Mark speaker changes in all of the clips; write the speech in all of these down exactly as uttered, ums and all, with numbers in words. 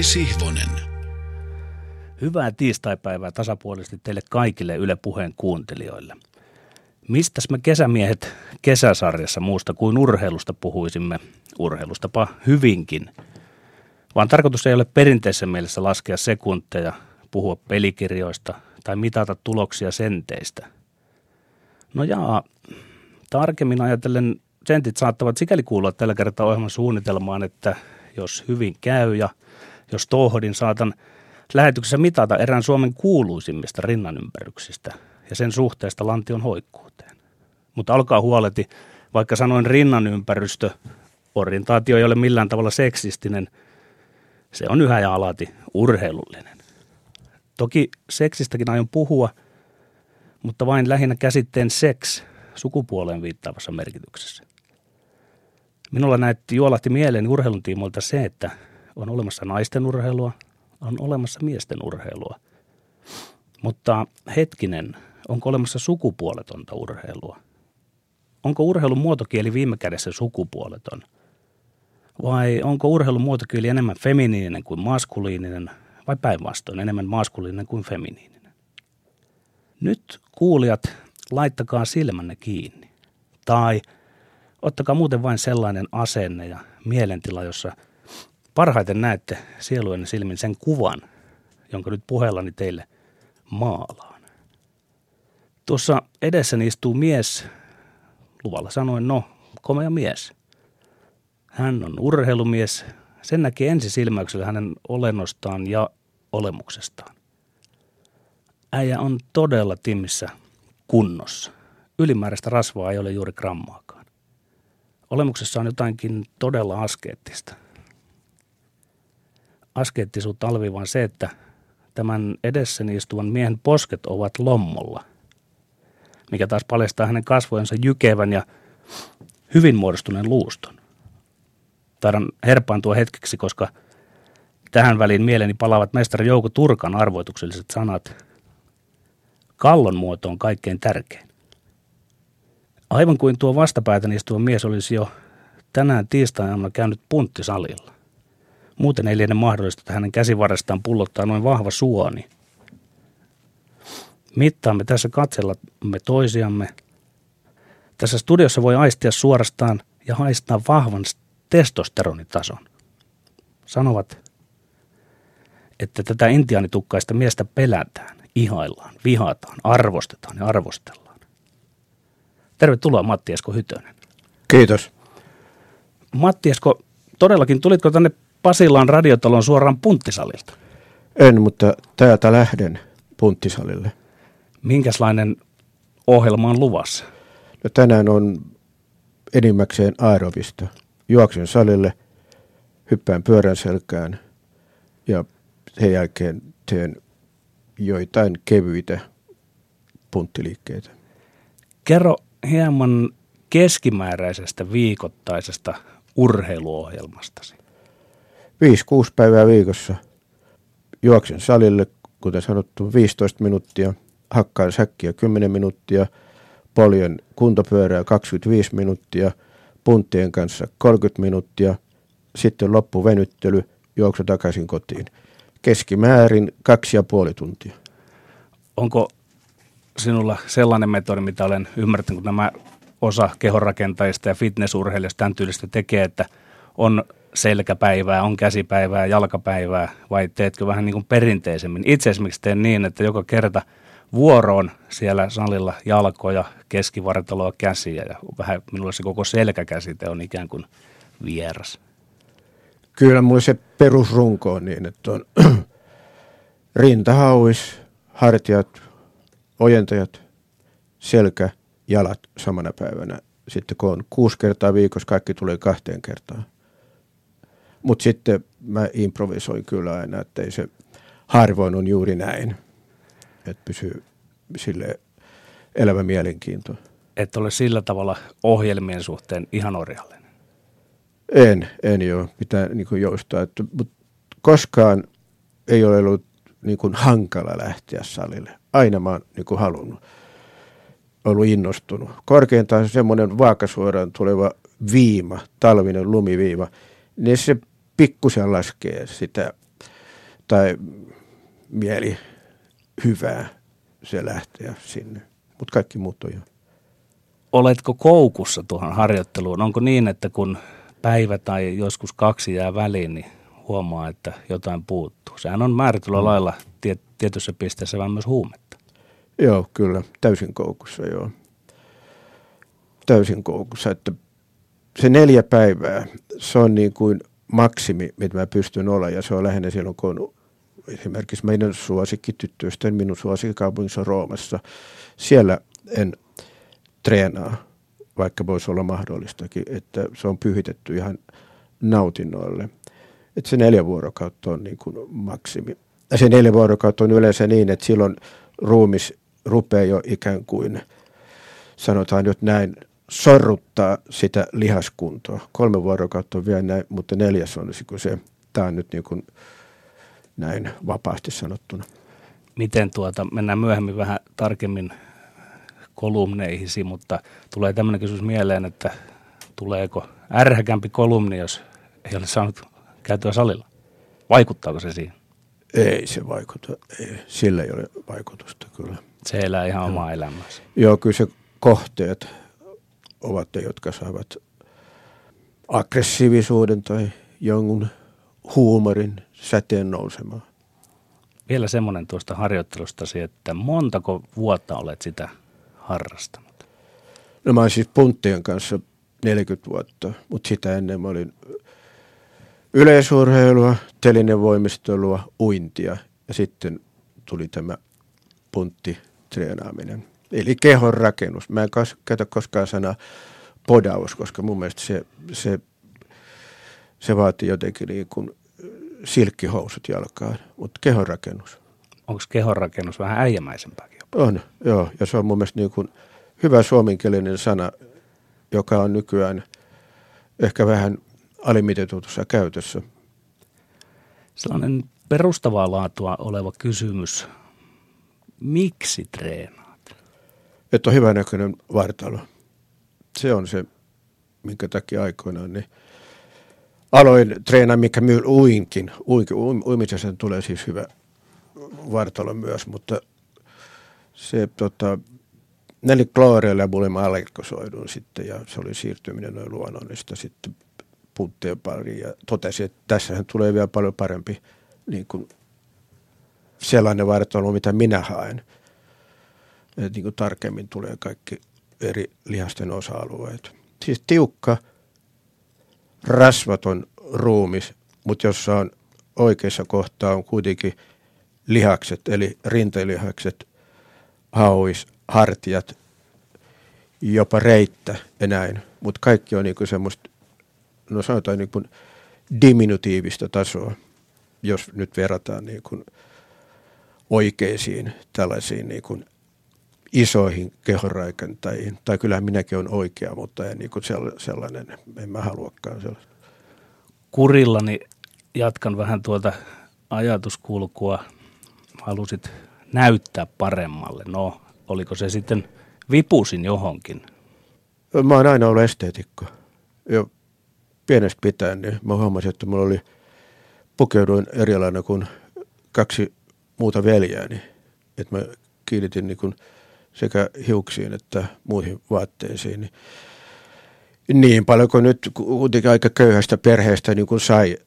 Speaker 1: Sihvonen.
Speaker 2: Hyvää tiistaipäivää tasapuolisesti teille kaikille Yle Puheen kuuntelijoille. Mistäs me kesämiehet kesäsarjassa muusta kuin urheilusta puhuisimme? Urheilustapa hyvinkin. Vaan tarkoitus ei ole perinteisessä mielessä laskea sekunteja, puhua pelikirjoista tai mitata tuloksia senteistä. No jaa, tarkemmin ajatellen sentit saattavat sikäli kuulua tällä kertaa ohjelman suunnitelmaan, että jos hyvin käy ja jos tohdin, saatan lähetyksessä mitata erään Suomen kuuluisimmista rinnanympärryksistä ja sen suhteesta lantion hoikkuuteen. Mutta alkaa huoleti, vaikka sanoin rinnanympärystö, orientaatio ei ole millään tavalla seksistinen, se on yhä ja alati urheilullinen. Toki seksistäkin aion puhua, mutta vain lähinnä käsitteen seks sukupuoleen viittaavassa merkityksessä. Minulla näytti juolahti mieleen urheilun tiimoilta se, että on olemassa naisten urheilua, on olemassa miesten urheilua. Mutta hetkinen, onko olemassa sukupuoletonta urheilua? Onko urheilun muotokieli viime kädessä sukupuoleton? Vai onko urheilun muotokieli enemmän feminiininen kuin maskuliininen, vai päinvastoin enemmän maskuliininen kuin feminiininen? Nyt kuulijat, laittakaa silmänne kiinni. Tai ottakaa muuten vain sellainen asenne ja mielentila, jossa parhaiten näette sielujenne silmin sen kuvan, jonka nyt puheellani teille maalaan. Tuossa edessäni istuu mies, luvalla sanoen no, komea mies. Hän on urheilumies, sen näkee ensisilmäyksellä hänen olennostaan ja olemuksestaan. Äijä on todella timmissä kunnossa. Ylimääräistä rasvaa ei ole juuri grammaakaan. Olemuksessa on jotainkin todella askeettista. Askeettisuutta alviivaan se, että tämän edessäni istuvan miehen posket ovat lommolla, mikä taas paljastaa hänen kasvojensa jykevän ja hyvin muodostuneen luuston. Taidan herpaantua hetkeksi, koska tähän väliin mieleeni palaavat mestari Jouko Turkan arvoitukselliset sanat. Kallon muoto on kaikkein tärkein. Aivan kuin tuo vastapäätäni istuva mies olisi jo tänään tiistaina käynyt punttisalilla. Muuten ei liene mahdollista, että hänen käsivarrestaan pullottaa noin vahva suoni. Mittaamme tässä katsellamme toisiamme. Tässä studiossa voi aistia suorastaan ja haistaa vahvan testosteronitason. Sanovat, että tätä intiaanitukkaista miestä pelätään, ihaillaan, vihataan, arvostetaan ja arvostellaan. Tervetuloa Matti Esko Hytönen.
Speaker 3: Kiitos.
Speaker 2: Matti Esko, todellakin tulitko tänne Pasilaan radiotalon suoraan punttisalilta?
Speaker 3: En, mutta täältä lähden punttisalille.
Speaker 2: Minkälainen ohjelma on luvassa?
Speaker 3: No, tänään on enimmäkseen aerobista. Juoksen salille, hyppään pyörän selkään ja sen jälkeen teen joitain kevyitä punttiliikkeitä.
Speaker 2: Kerro hieman keskimääräisestä viikoittaisesta urheiluohjelmastasi.
Speaker 3: Viisi, kuusi päivää viikossa. Juoksen salille, kuten sanottu, viisitoista minuuttia. Hakkaan säkkiä kymmenen minuuttia. Poljen kuntopyörää kaksikymmentäviisi minuuttia. Punttien kanssa kolmekymmentä minuuttia. Sitten loppuvenyttely, juoksu takaisin kotiin. Keskimäärin kaksi ja puoli tuntia.
Speaker 2: Onko sinulla sellainen metodi, mitä olen ymmärtänyt, kun nämä osa kehonrakentajista ja fitnessurheilijasta tämän tyylistä tekee, että on selkäpäivää, on käsipäivää, jalkapäivää, vai teetkö vähän niin kuin perinteisemmin? Itse esimerkiksi teen niin, että joka kerta vuoroon siellä salilla jalkoja, keskivartaloa, käsiä ja vähän minulle se koko selkäkäsite on ikään kuin vieras.
Speaker 3: Kyllä mulla se perusrunko on niin, että on rintahauis, hartiat, ojentajat, selkä, jalat samana päivänä. Sitten kun on kuusi kertaa viikossa, kaikki tulee kahteen kertaan. Mutta sitten mä improvisoin kyllä aina, että ei se harvoin on juuri näin, että pysyy sille elävä mielenkiinto.
Speaker 2: Et ole sillä tavalla ohjelmien suhteen ihan orjallinen.
Speaker 3: En, en joo, pitää niin kuin joustaa, että, mutta koskaan ei ole ollut niin kuin hankala lähteä salille. Aina mä oon niin kuin halunnut, ollut innostunut. Korkeintaan semmoinen vaakasuoraan tuleva viima, talvinen lumiviima, niin se pikkusen laskee sitä tai mieli hyvää se lähteä sinne. Mutta kaikki muut on jo.
Speaker 2: Oletko koukussa tuohon harjoitteluun? Onko niin, että kun päivä tai joskus kaksi jää väliin, niin huomaa, että jotain puuttuu? Sehän on määrätyllä mm. lailla tiet, tietyssä pisteessä vähän myös huumetta.
Speaker 3: Joo, kyllä. Täysin koukussa, joo. Täysin koukussa, että se neljä päivää, se on niin kuin maksimi, mitä mä pystyn olla, ja se on lähinnä silloin, kun on esimerkiksi meidän suosikkityttöistä, minun suosikkikaupungissa Roomassa. Siellä en treenaa, vaikka voisi olla mahdollistakin, että se on pyhitetty ihan nautinnoille. Että se neljä vuorokautta on niin kuin maksimi. Ja se neljä vuorokautta on yleensä niin, että silloin ruumis rupeaa jo ikään kuin, sanotaan nyt näin, sorruttaa sitä lihaskuntoa. Kolme vuorokautta on vielä näin, mutta neljäs on se, tämä on nyt niin kuin näin vapaasti sanottuna.
Speaker 2: Miten tuota, mennään myöhemmin vähän tarkemmin kolumneihisi, mutta tulee tämmöinen kysymys mieleen, että tuleeko ärhäkämpi kolumni, jos ei ole saanut käytyä salilla? Vaikuttaako se siihen?
Speaker 3: Ei se vaikuta, ei. Sillä ei ole vaikutusta kyllä.
Speaker 2: Se elää ihan omaa elämäänsä.
Speaker 3: Joo, kyllä se kohteet ovat ne, jotka saavat aggressiivisuuden tai jonkun huumorin säteen nousemaan.
Speaker 2: Vielä semmoinen tuosta harjoittelustasi, että montako vuotta olet sitä harrastanut?
Speaker 3: No mä olen siis punttien kanssa neljäkymmentä vuotta, mutta sitä ennen mä olin yleisurheilua, telinevoimistelua, uintia ja sitten tuli tämä punttitreenaaminen. Eli kehon rakennus. Mä en käytä koskaan sanaa podaus, koska mun mielestä se, se, se vaatii jotenkin niin kuin silkkihousut jalkaan, mutta kehonrakennus.
Speaker 2: Onko kehonrakennus vähän äijämäisempääkin jopa?
Speaker 3: On, joo. Ja se on mun mielestä niin kuin hyvä suomenkielinen sana, joka on nykyään ehkä vähän alimitetutussa käytössä.
Speaker 2: Sellainen perustavaa laatua oleva kysymys. Miksi treenaat?
Speaker 3: Että on hyvänäköinen vartalo. Se on se, minkä takia aikoinaan niin aloin treenaa, mikä myy uinkin. Uinkin. Uimisessa tulee siis hyvä vartalo myös, mutta se tota, näille klooreille ja mulle mä allergisoidun sitten ja se oli siirtyminen noin luonnollista sitten puutteen pariin ja totesi, että tässähän tulee vielä paljon parempi niin kuin sellainen vartalo, mitä minä haen. Että niin kuin tarkemmin tulee kaikki eri lihasten osa-alueet. Siis tiukka, rasvaton ruumis, mutta jossa on oikeassa kohtaa on kuitenkin lihakset, eli rintalihakset, hauis, hartiat, jopa reittä ja näin. Mutta kaikki on niinku semmoista, no sanotaan niinku diminutiivista tasoa, jos nyt verrataan niinku oikeisiin tällaisiin niinku isoihin kehonrakentajiin. Tai kyllähän minäkin olen oikea, mutta en niinku sellainen, en mä haluakaan sellainen.
Speaker 2: Kurillani jatkan vähän tuota ajatuskulkua. Halusit näyttää paremmalle. No, oliko se sitten vipusin johonkin?
Speaker 3: Mä oon aina ollut esteetikko. Jo pienestä pitäen, niin mä huomasin, että mulla oli pukeuduin erilainen kuin kaksi muuta veljääni. Että mä kiinnitin niin kuin sekä hiuksiin että muihin vaatteisiin. Niin, niin paljon kuin nyt kuitenkin aika köyhästä perheestä niin kuin sai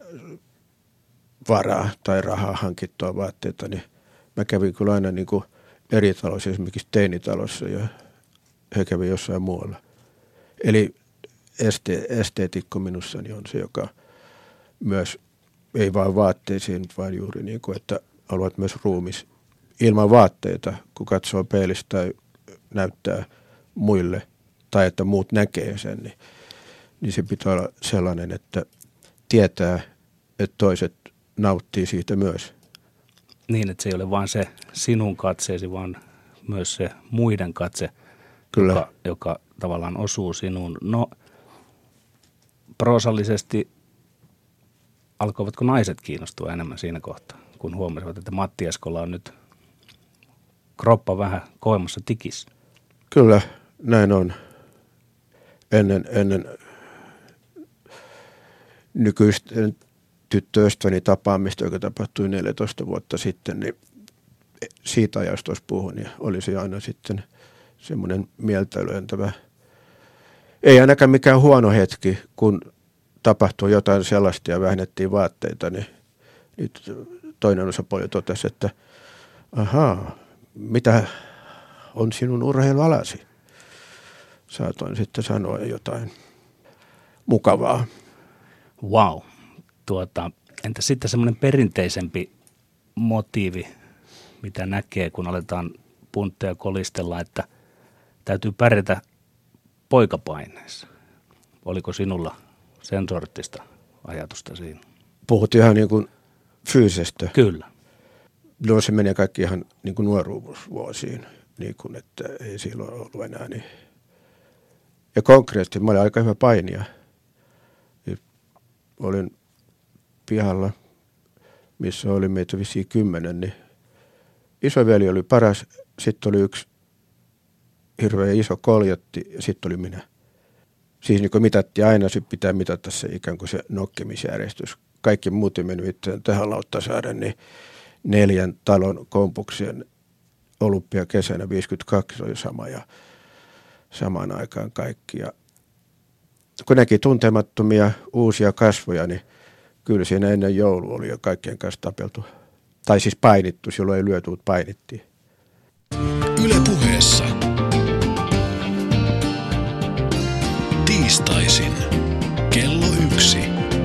Speaker 3: varaa tai rahaa hankittua vaatteita, niin mä kävin kyllä aina niin kuin eri taloissa, esimerkiksi teinitalossa ja he kävivät jossain muualla. Eli este, esteetikko minussani on se, joka myös ei vain vaatteisiin, vaan juuri niin kuin, että haluat myös ruumis ilman vaatteita, kun katsoo peilistä tai näyttää muille tai että muut näkee sen, niin, niin se pitää olla sellainen, että tietää, että toiset nauttii siitä myös.
Speaker 2: Niin, että se ei ole vain se sinun katseesi, vaan myös se muiden katse,
Speaker 3: Kyllä.
Speaker 2: Joka, joka tavallaan osuu sinuun. No, proosallisesti alkoivatko naiset kiinnostua enemmän siinä kohtaa, kun huomasivat, että Matti Eskola on nyt kroppa vähän kovemmassa tikissä?
Speaker 3: Kyllä, näin on. Ennen, ennen nykyisten tyttöystäväni tapaamista, joka tapahtui neljätoista vuotta sitten, niin siitä ajasta olisi puhun ja olisi aina sitten semmoinen mieltä lyöntävä. Ei ainakaan mikään huono hetki, kun tapahtui jotain sellaista ja vähennettiin vaatteita, niin nyt toinen osapuoli totesi, että ahaa, mitä on sinun urheilualasi? Saatoin sitten sanoa jotain mukavaa.
Speaker 2: Wow. Tuota, entä sitten semmoinen perinteisempi motiivi, mitä näkee, kun aletaan puntteja kolistella, että täytyy pärjätä poikapaineessa. Oliko sinulla sen sortista ajatusta siinä?
Speaker 3: Puhut ihan niin kuin fyysisestä.
Speaker 2: Kyllä.
Speaker 3: No se menee kaikki ihan niin kuin nuoruusvuosiin, niin kuin, että ei silloin ollut enää. Niin. Ja konkreettisesti mä olin aika hyvä painija. Olin pihalla, missä oli meitä vissiin kymmenen, niin isoveli oli paras, sitten oli yksi hirveän iso koljotti ja sitten oli minä. Siis niin kuin mitattiin aina, sitten pitää mitata se ikään kuin se nokkemisjärjestys. Kaikki muut menivät tähän Lauttasaaren, niin neljän talon kompuksien olympia kesänä viisikymmentäkaksi oli sama ja samaan aikaan kaikki. Ja kun näki tuntemattomia uusia kasvoja, niin kyllä siinä ennen joulua oli jo kaikkien kanssa tapeltu. Tai siis painittu, silloin ei lyöty, mutta painittiin.
Speaker 1: Yle Puheessa. Tiistaisin. Kello yksi.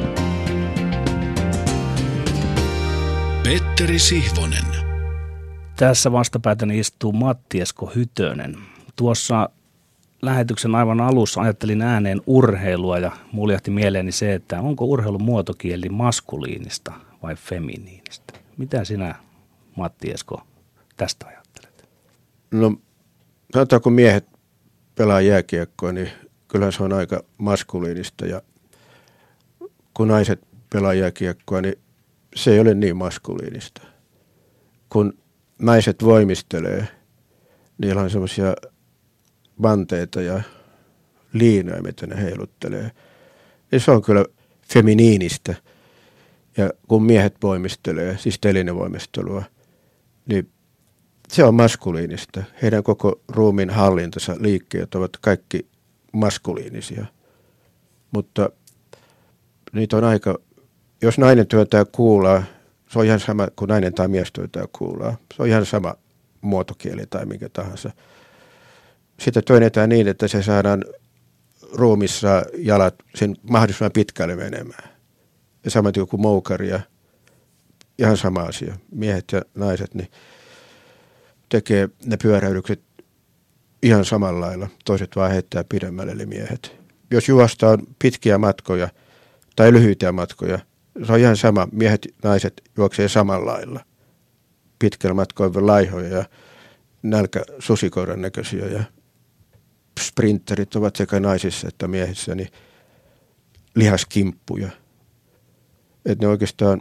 Speaker 1: Petteri Sihvonen.
Speaker 2: Tässä vastapäätäni istuu Matti Esko Hytönen. Tuossa lähetyksen aivan alussa ajattelin ääneen urheilua ja muljahti mieleeni se, että onko urheilun muotokieli maskuliinista vai feminiinistä? Mitä sinä, Matti Esko, tästä ajattelet?
Speaker 3: No, sanotaan kun miehet pelaa jääkiekkoa, niin kyllä se on aika maskuliinista ja kun naiset pelaa jääkiekkoa, niin se ei ole niin maskuliinista. Kun naiset voimistelee, niillä on semmoisia vanteita ja liinoja, mitä ne heiluttelee. Ja se on kyllä feminiinistä. Ja kun miehet voimistelee, siis telinevoimistelua, niin se on maskuliinista. Heidän koko ruumiin hallintansa liikkeet ovat kaikki maskuliinisia. Mutta niitä on aika, jos nainen työntää kuulaa, se on ihan sama kuin nainen tai mies työntää kuulaa. Se on ihan sama muotokieli tai minkä tahansa. Sitten työnnetään niin, että se saadaan ruumissa jalat sen mahdollisimman pitkälle menemään. Ja samoin kuin moukari ja ihan sama asia. Miehet ja naiset niin tekee ne pyöräydykset ihan samalla lailla. Toiset vaan heittää pidemmälle, eli miehet. Jos juostaan pitkiä matkoja tai lyhyitä matkoja, se on ihan sama. Miehet ja naiset juoksee samalla lailla. Pitkällä matkoilla laihoja ja nälkä susikoiran näköisiä ja sprinterit ovat sekä naisissa että miehissä niin lihaskimppuja. Että ne oikeastaan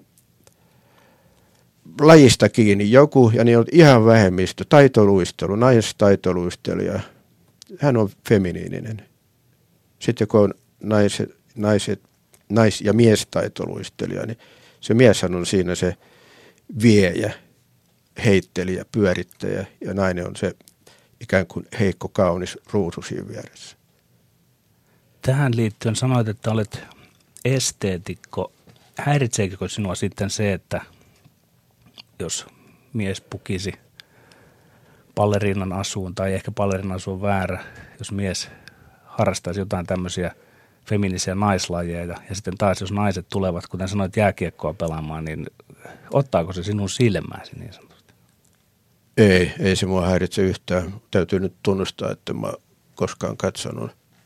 Speaker 3: lajista kiinni joku, ja niin on ihan vähemmistö, taitoluistelu, naistaitoluistelija, hän on feminiininen. Sitten kun on naiset, naiset, nais- ja miestaitoluistelija, niin se mieshän on siinä se viejä, heittelijä, pyörittäjä, ja nainen on se ikään kuin heikko, kaunis ruusu siinä vieressä.
Speaker 2: Tähän liittyen sanoit, että olet esteetikko. Häiritseekö sinua sitten se, että jos mies pukisi balleriinan asuun, tai ehkä balleriinan asu on väärä, jos mies harrastaisi jotain tämmöisiä feminisiä naislajeja, ja sitten taas jos naiset tulevat, kuten sanoit, jääkiekkoa pelaamaan, niin ottaako se sinun silmääsi niin sanotusti?
Speaker 3: Ei, ei se mua häiritse yhtään. Täytyy nyt tunnustaa, että mä koskaan katsonut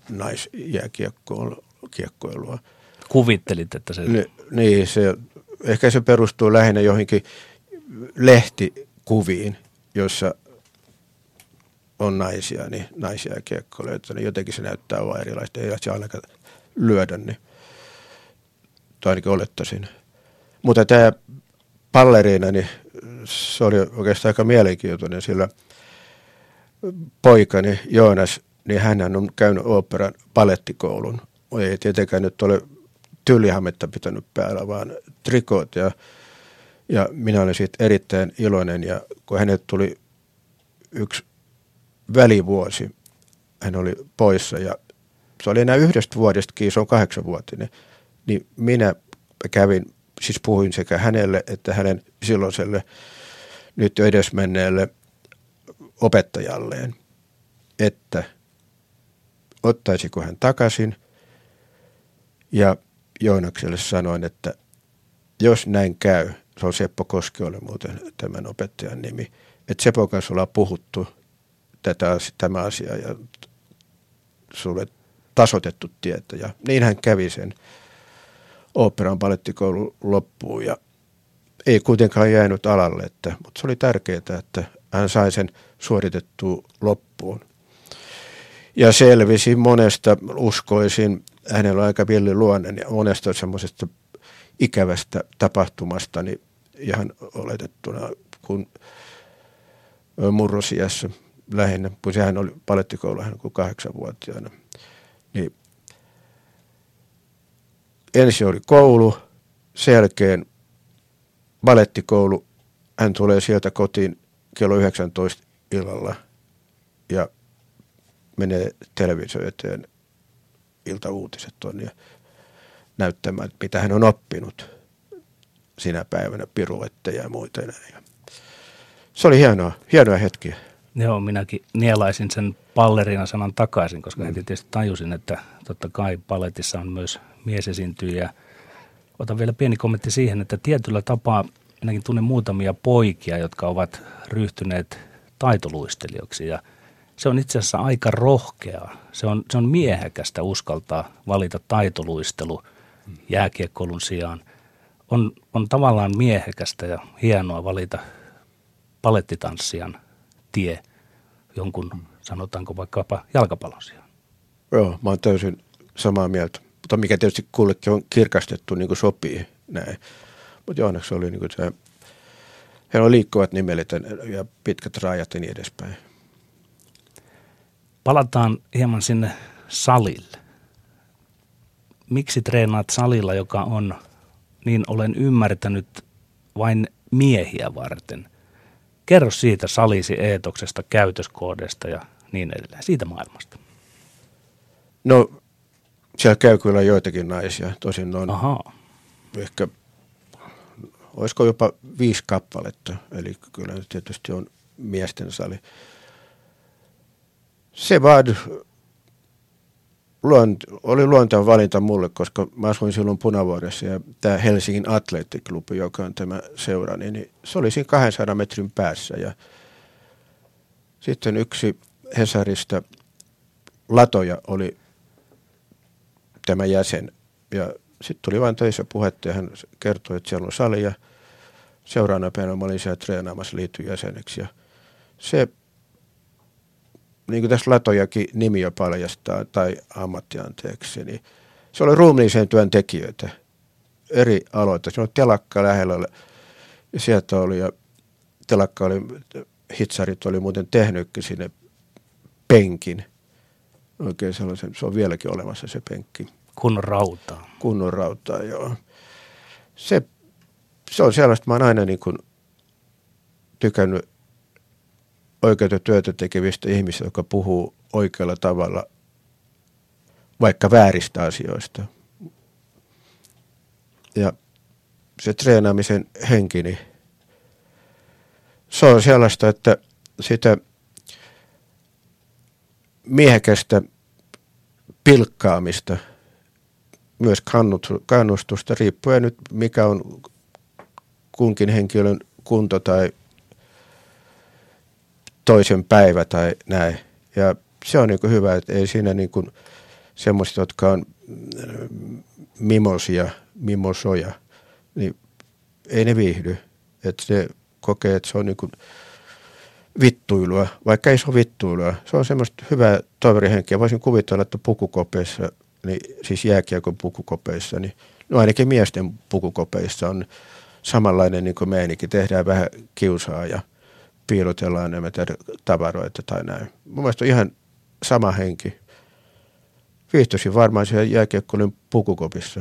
Speaker 3: naisjääkiekkoilua.
Speaker 2: Kuvittelit, että se...
Speaker 3: Ni, niin, se, ehkä se perustuu lähinnä johonkin lehtikuviin, jossa on naisia, niin naisjääkiekkoilijoita, niin jotenkin se näyttää vaan erilaista. Ei se ainakaan lyödä, niin tai ainakin olettaisin. Mutta tämä balleriina, niin se oli oikeastaan aika mielenkiintoinen, sillä poikani Joonas, niin hän on käynyt oopperan balettikoulun. Ei tietenkään nyt ole tyylihametta pitänyt päällä, vaan trikoot. Ja, ja minä olin siitä erittäin iloinen. Ja kun hänet tuli yksi välivuosi, hän oli poissa ja se oli enää yhdestä vuodestakin, se on kahdeksanvuotinen, niin minä kävin, siis puhuin sekä hänelle että hänen silloiselle nyt jo edesmenneelle opettajalleen, että ottaisiko hän takaisin. Ja Joonakselle sanoin, että jos näin käy, se on Seppo Koski oli muuten tämän opettajan nimi, että Sepon kanssa ollaan puhuttu tätä, tämä asia ja sulle tasoitettu tieto. Ja niin hän kävi sen oopperan balettikoulun loppuun ja ei kuitenkaan jäänyt alalle, että, mutta se oli tärkeää, että hän sai sen suoritettua loppuun. Ja selvisi monesta, uskoisin, hänellä on aika villi luonne ja monesta semmoisesta ikävästä tapahtumasta, niin ihan oletettuna, kun murrosiässä lähinnä, kun sehän oli balettikoulu hän kuin kahdeksanvuotiaana, niin ensin oli koulu, sen jälkeen balettikoulu, hän tulee sieltä kotiin kello yhdeksäntoista illalla ja menee televisio eteen iltauutiset on ja näyttämään, mitä hän on oppinut sinä päivänä, piruetteja ja muita. Ja se oli hienoa, hienoa hetkiä.
Speaker 2: Joo, minäkin nielaisin sen ballerina sanan takaisin, koska mm. heti tietysti tajusin, että totta kai balletissa on myös miesesiintyjiä. Otan vielä pieni kommentti siihen, että tietyllä tapaa minäkin tunnen muutamia poikia, jotka ovat ryhtyneet taitoluistelijoiksi ja se on itse asiassa aika rohkeaa. Se on, se on miehekästä uskaltaa valita taitoluistelu jääkiekkoilun sijaan. On, on tavallaan miehekästä ja hienoa valita palettitanssijan tie jonkun, sanotaanko vaikkapa jalkapallon sijaan.
Speaker 3: Joo, mä oon täysin samaa mieltä. Mutta mikä tietysti kullekin on kirkastettu, niin kuin sopii näin. Mutta Joonaksi oli niin kuin se, heillä on liikkuvat nimelit ja pitkät rajat ja niin edespäin.
Speaker 2: Palataan hieman sinne salille. Miksi treenaat salilla, joka on, niin olen ymmärtänyt, vain miehiä varten? Kerro siitä salisi eetoksesta, käytöskoodeista ja niin edelleen, siitä maailmasta.
Speaker 3: No, siellä käy kyllä joitakin naisia, tosin noin
Speaker 2: Ahaa.
Speaker 3: ehkä, olisiko jopa viisi kappaletta, eli kyllä tietysti on miesten sali. Se vaan luont, oli luonteva valinta mulle, koska mä asuin silloin Punavuoressa ja tämä Helsingin Atleettiklubi, joka on tämä seura, niin se oli siinä kahdensadan metrin päässä. Ja sitten yksi Hesarista Latoja oli tämä jäsen ja sitten tuli vain töissä puhetta ja hän kertoi, että siellä on sali ja seuraavana päivänä mä olin siellä treenaamassa liittyen jäseneksi ja se niin kuin tässä Latojakin nimi jo paljastaa, tai ammattianteeksi, niin se oli ruumiilliseen työntekijöitä eri aloita. Se oli telakka lähellä, ja sieltä oli, ja telakka oli, hitsarit oli muuten tehnytkin sinne penkin. Oikein sellaisen, se on vieläkin olemassa se penkki.
Speaker 2: Kunnon rautaa.
Speaker 3: Kunnon rautaa, joo. Se, se on sellaista, mä oon aina niin kuin tykännyt oikeita työtä tekevistä ihmisistä, jotka puhuu oikealla tavalla vaikka vääristä asioista. Ja se treenaamisen henki, niin se on sellaista, että sitä miehekästä pilkkaamista, myös kannustusta, riippuen nyt mikä on kunkin henkilön kunto tai toisen päivä tai näin. Ja se on niin kuin hyvä, että ei siinä niin kuin semmoiset, jotka on mimosia, mimosoja, niin ei ne viihdy. Että se kokee, että se on niin kuin vittuilua, vaikka ei se ole vittuilua. Se on semmoista hyvää toverihenkeä. Voisin kuvitella, että pukukopeissa, niin, siis jääkiekon pukukopeissa, niin no ainakin miesten pukukopeissa on samanlainen niin kuin meininki. Tehdään vähän kiusaa ja piilotellaan nämä tavaroita tai näin. Mun mielestä on ihan sama henki. Viihtoisin varmaan siellä jääkiekkoilun pukukopissa, mutta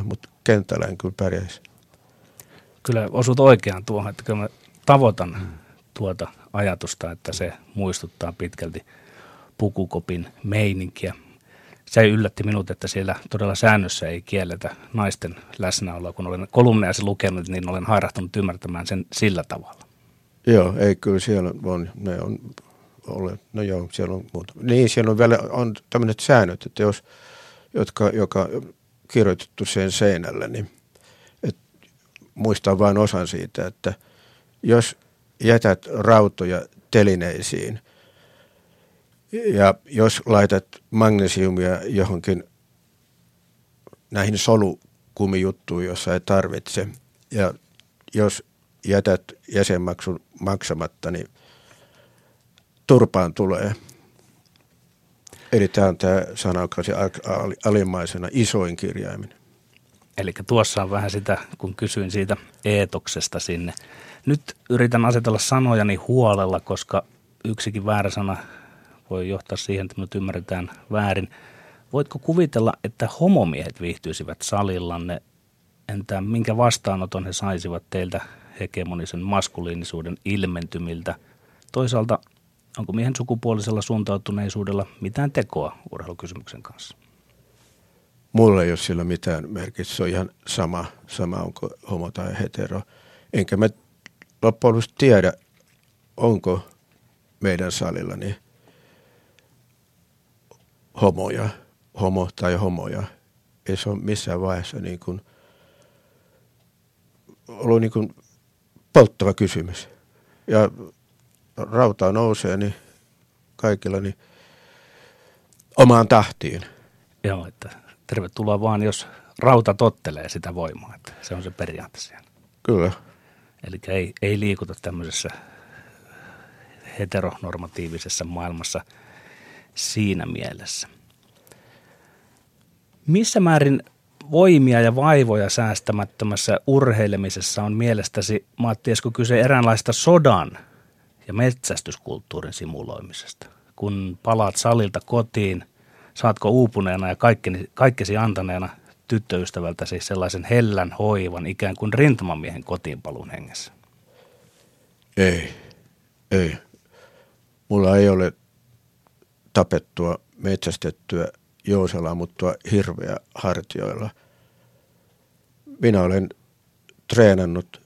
Speaker 3: kentällä en kyllä pärjäisi.
Speaker 2: Kyllä osut oikeaan tuohon, että kyllä mä tavoitan hmm. tuota ajatusta, että se muistuttaa pitkälti pukukopin meininkiä. Se yllätti minut, että siellä todella säännössä ei kielletä naisten läsnäoloa. Kun olen kolumneasi lukenut, niin olen hairahtunut ymmärtämään sen sillä tavalla.
Speaker 3: Joo, ei kyllä siellä on, ne on, ole, no joo, siellä on muuta. Niin, siellä on vielä on tämmöiset säännöt, että jos, jotka, joka kirjoitettu sen seinälle, niin et, muistan vain osan siitä, että jos jätät rautoja telineisiin ja jos laitat magnesiumia johonkin näihin solukumijuttuihin, jossa ei tarvitse, ja jos jätät jäsenmaksun maksamatta, niin turpaan tulee. Eli tämä on tämä sana, joka on alimmaisena isoin kirjaimin.
Speaker 2: Eli tuossa on vähän sitä, kun kysyin siitä eetoksesta sinne. Nyt yritän asetella sanojani huolella, koska yksikin väärä sana voi johtaa siihen, että minut ymmärretään väärin. Voitko kuvitella, että homomiehet viihtyisivät salillanne? Entä minkä vastaanoton he saisivat teiltä hegemonisen maskuliinisuuden ilmentymiltä? Toisaalta, onko miehen sukupuolisella suuntautuneisuudella mitään tekoa urheilukysymyksen kanssa?
Speaker 3: Mulla ei ole sillä mitään merkitystä. Se on ihan sama, sama onko homo tai hetero. Enkä mä loppujen lopuksi tiedä, onko meidän salillani homoja, homo tai homoja. Ei se ole missään vaiheessa niin kuin ollut niin kuin polttava kysymys. Ja rautaa nousee niin kaikilla niin omaan tahtiin.
Speaker 2: Joo, että tervetuloa vaan, jos rauta tottelee sitä voimaa, että se on se periaate siellä.
Speaker 3: Kyllä.
Speaker 2: Eli ei, ei liikuta tämmöisessä heteronormatiivisessa maailmassa siinä mielessä. Missä määrin voimia ja vaivoja säästämättömässä urheilemisessa on mielestäsi, Matti Esko, kyse eräänlaista sodan ja metsästyskulttuurin simuloimisesta? Kun palaat salilta kotiin, saatko uupuneena ja kaikkeni, kaikkesi antaneena tyttöystävältäsi sellaisen hellän hoivan ikään kuin rintamamiehen kotiinpaluun hengessä?
Speaker 3: Ei, ei. Mulla ei ole tapettua, metsästettyä, jouselaamuttua hirveä hartioilla. Minä olen treenannut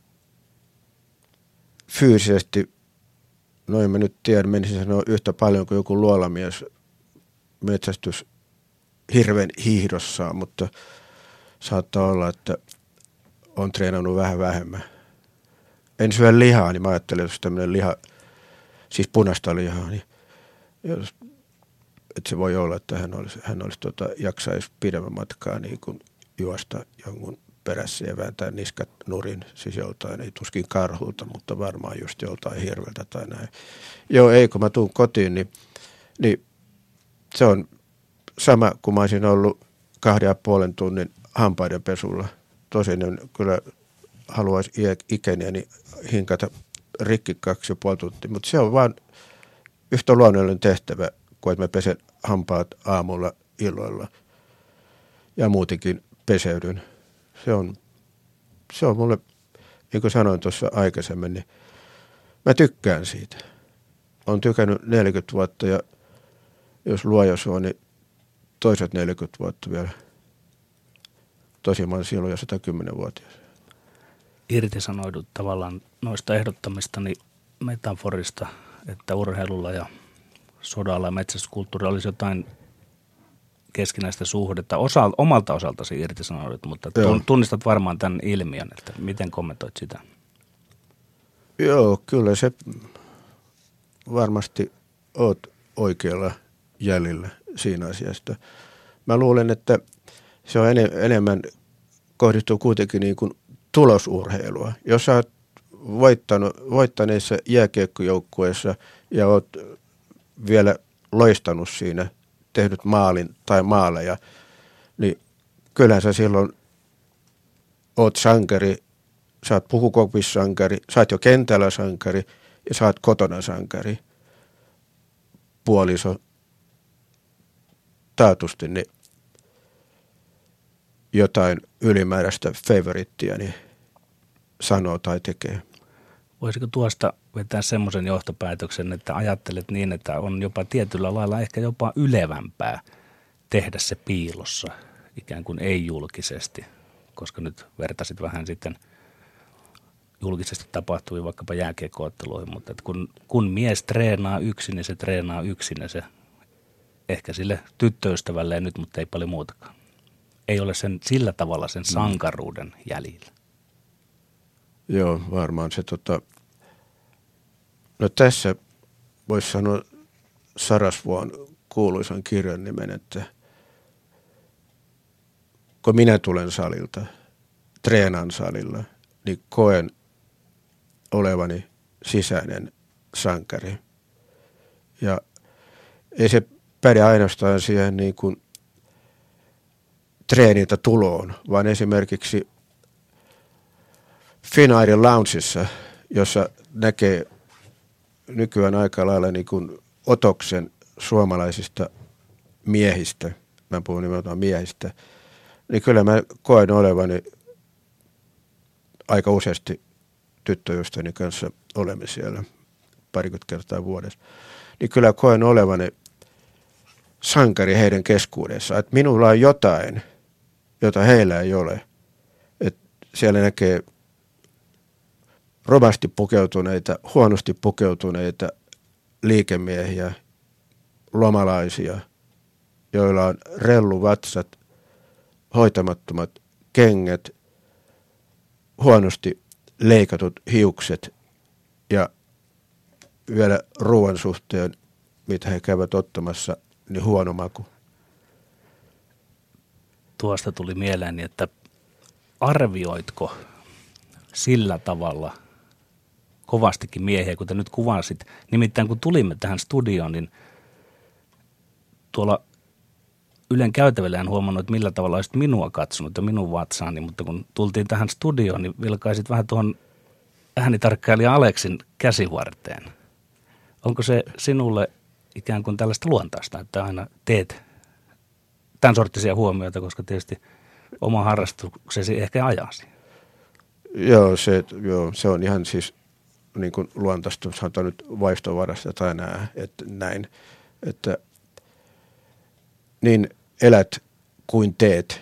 Speaker 3: fyysisesti, no en mä nyt tiedä, menisin sanoa yhtä paljon kuin joku luolamies metsästys hirven hiihdossaan, mutta saattaa olla, että on treenannut vähän vähemmän. En syö lihaa, niin mä ajattelen, että jos tämmöinen liha, siis punaista lihaa, niin jos, että se voi olla, että hän olisi, hän olisi tota, jaksaisi pidemmän matkaa niin kuin juosta jonkun perässä ja vääntää niskat nurin, siis joltain, ei tuskin karhulta, mutta varmaan just joltain hirveltä tai näin. Joo, ei, kun mä tuun kotiin, niin, niin se on sama, kun mä olisin ollut kahden ja puolen tunnin hampaiden pesulla. Tosin en kyllä haluaisi ikäniäni hinkata rikki kaksi ja puoli tuntia, mutta se on vaan yhtä luonnollinen tehtävä, kun että mä pesen hampaat aamulla illoilla ja muutenkin peseydyn. Se on, se on mulle, niin kuin sanoin tuossa aikaisemmin, niin mä tykkään siitä. Olen tykännyt neljäkymmentä vuotta ja jos luoja suo, niin toiset neljäkymmentä vuotta vielä. Tosin mä olen silloin jo sata kymmenen vuotias.
Speaker 2: Irtisanoidut tavallaan noista ehdottamistani metaforista, että urheilulla ja sodalla ja metsästyskulttuurilla olisi jotain keskinäistä suhdetta. Osa, omalta osaltasi irtisanoidut, mutta Joo. tunnistat varmaan tämän ilmiön, että miten kommentoit sitä?
Speaker 3: Joo, kyllä se varmasti oot oikealla jäljellä siinä asiasta. Mä luulen, että se on enemmän kohdistuu kuitenkin niin kuin tulosurheilua. Jos sä oot voittanut, voittaneissa jääkiekkojoukkueessa ja oot vielä loistanut siinä, tehnyt maalin tai maaleja, niin kyllähän sä silloin oot sankari, sä oot pukukopissa sankari, sä oot jo kentällä sankari ja sä oot kotona sankari. Puoliso taatusti, niin jotain ylimääräistä favorittia niin sanoo tai tekee.
Speaker 2: Voisiko tuosta vetää semmoisen johtopäätöksen, että ajattelet niin, että on jopa tietyllä lailla ehkä jopa ylevämpää tehdä se piilossa, ikään kuin ei-julkisesti, koska nyt vertasit vähän sitten julkisesti tapahtuviin vaikkapa jääkiekko-otteluihin, mutta että kun, kun mies treenaa yksin, niin se treenaa yksin ja se ehkä sille tyttöystävälleen nyt, mutta ei paljon muutakaan. Ei ole sen, sillä tavalla sen sankaruuden jäljillä.
Speaker 3: Joo, varmaan se tota, no tässä voisi sanoa Sarasvuon kuuluisan kirjan nimen, että kun minä tulen salilta, treenaan salilla, niin koen olevani sisäinen sankari. Ja ei se päde ainoastaan siihen niin kuin treeniltä tuloon, vaan esimerkiksi Finnairin Loungeissa, jossa näkee nykyään aika lailla niin kuin otoksen suomalaisista miehistä, mä puhun nimenomaan miehistä, niin kyllä mä koen olevani aika useasti tyttöystäväni kanssa olemme siellä parikymmentä kertaa vuodessa, niin kyllä koen olevani sankari heidän keskuudessaan, että minulla on jotain, jota heillä ei ole. Että siellä näkee romasti pukeutuneita, huonosti pukeutuneita liikemiehiä, lomalaisia, joilla on relluvatsat, hoitamattomat kengät, huonosti leikatut hiukset ja vielä ruoan suhteen, mitä he käyvät ottamassa, niin huono maku.
Speaker 2: Tuosta tuli mieleeni, että arvioitko sillä tavalla kovastikin miehiä, kuten nyt kuvasit. Nimittäin kun tulimme tähän studioon, niin tuolla Ylen käytävillä en huomannut, että millä tavalla olisit minua katsonut ja minun vatsaani, mutta kun tultiin tähän studioon, niin vilkaisit vähän tuohon äänitarkkailija Aleksin käsivarteen. Onko se sinulle ikään kuin tällaista luontaista, että aina teet tämän sorttisia huomioita, koska tietysti oma harrastuksesi ehkä ajasi?
Speaker 3: Joo, se, joo, se on ihan siis niin kuin luontaista, sanotaan nyt vaistovarasta tai nää, että näin, että niin elät kuin teet.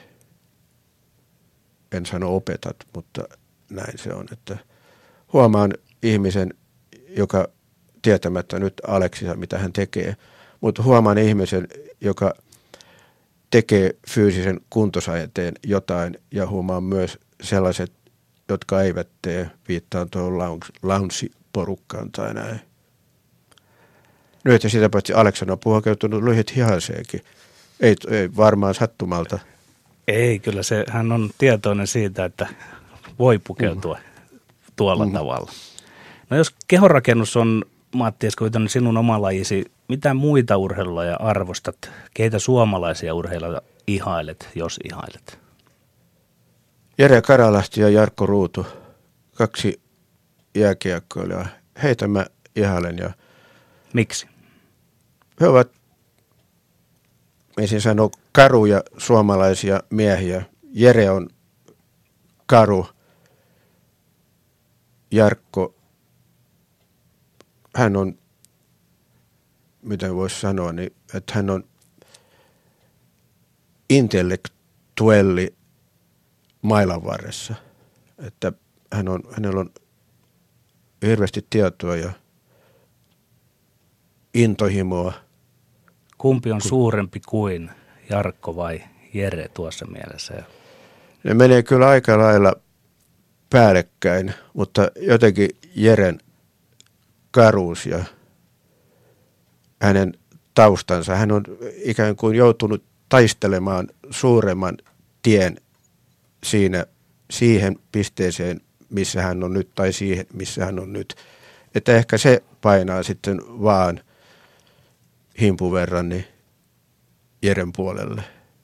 Speaker 3: En sano opetat, mutta näin se on, että huomaan ihmisen, joka tietämättä nyt Aleksissa, mitä hän tekee, mutta huomaan ihmisen, joka tekee fyysisen kuntonsa eteen jotain ja huomaan myös sellaiset, jotka eivät tee, viittaan tuohon lounge-porukkaan tai näin. Nyt ja sitä paitsi Aleksan on puhakeutunut lyhyt hihaiseenkin. Ei, ei varmaan sattumalta.
Speaker 2: Ei, kyllä se, hän on tietoinen siitä, että voi pukeutua mm. tuolla mm. tavalla. No jos kehonrakennus on, Matti Eskoviton, sinun oma lajisi, mitä muita urheilulajeja arvostat? Keitä suomalaisia urheilijoita ihailet, jos ihailet?
Speaker 3: Jere Karalahti ja Jarkko Ruutu, kaksi jääkiekkoilijaa. Heitä mä ihailen. Ja
Speaker 2: miksi?
Speaker 3: He ovat, ensin sanoo, karuja suomalaisia miehiä. Jere on karu. Jarkko, hän on, miten voisi sanoa, niin, että hän on intellektuelli mailan varressa. Että hän on, hänellä on hirveästi tietoa ja intohimoa.
Speaker 2: Kumpi on suurempi kuin Jarkko vai Jere tuossa mielessä?
Speaker 3: Ne menee kyllä aika lailla päällekkäin, mutta jotenkin Jeren karuus ja hänen taustansa. Hän on ikään kuin joutunut taistelemaan suuremman tien siinä, siihen pisteeseen, missä hän on nyt, tai siihen, missä hän on nyt. Että ehkä se painaa sitten vaan himpun verran niin Jeren puolelle.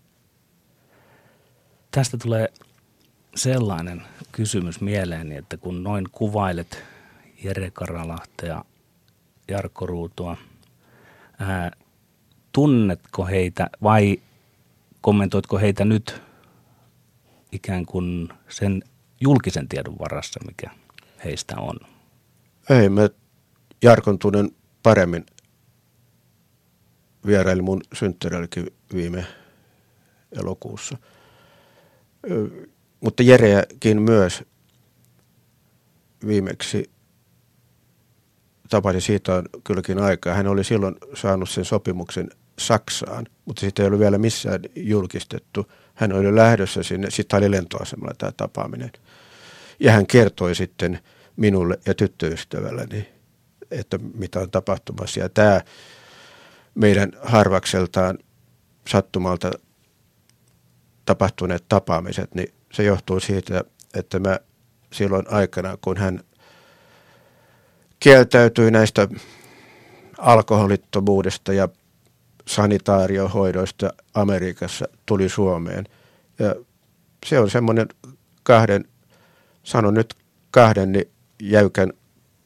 Speaker 2: Tästä tulee sellainen kysymys mieleeni, että kun noin kuvailet Jere Karalahtea ja Jarkko Ruutua, ää, tunnetko heitä vai kommentoitko heitä nyt ikään kuin sen julkisen tiedon varassa, mikä heistä on?
Speaker 3: Ei, mä Jarkon tunnen paremmin. Vieraili mun synttärilläkin viime elokuussa. Ö, mutta Jereäkin myös viimeksi tapasin, siitä on kylläkin aikaa. Hän oli silloin saanut sen sopimuksen Saksaan, mutta sitä ei ollut vielä missään julkistettu. Hän oli lähdössä sinne, sitten oli lentoasemalla tämä tapaaminen. Ja hän kertoi sitten minulle ja tyttöystävälläni, että mitä on tapahtumassa. Ja tämä meidän harvakseltaan sattumalta tapahtuneet tapaamiset, niin se johtuu siitä, että mä silloin aikana, kun hän kieltäytyi näistä alkoholittomuudesta ja sanitaariohoidoista Amerikassa, tuli Suomeen. Ja se on semmoinen kahden, sanon nyt kahden niin jäykän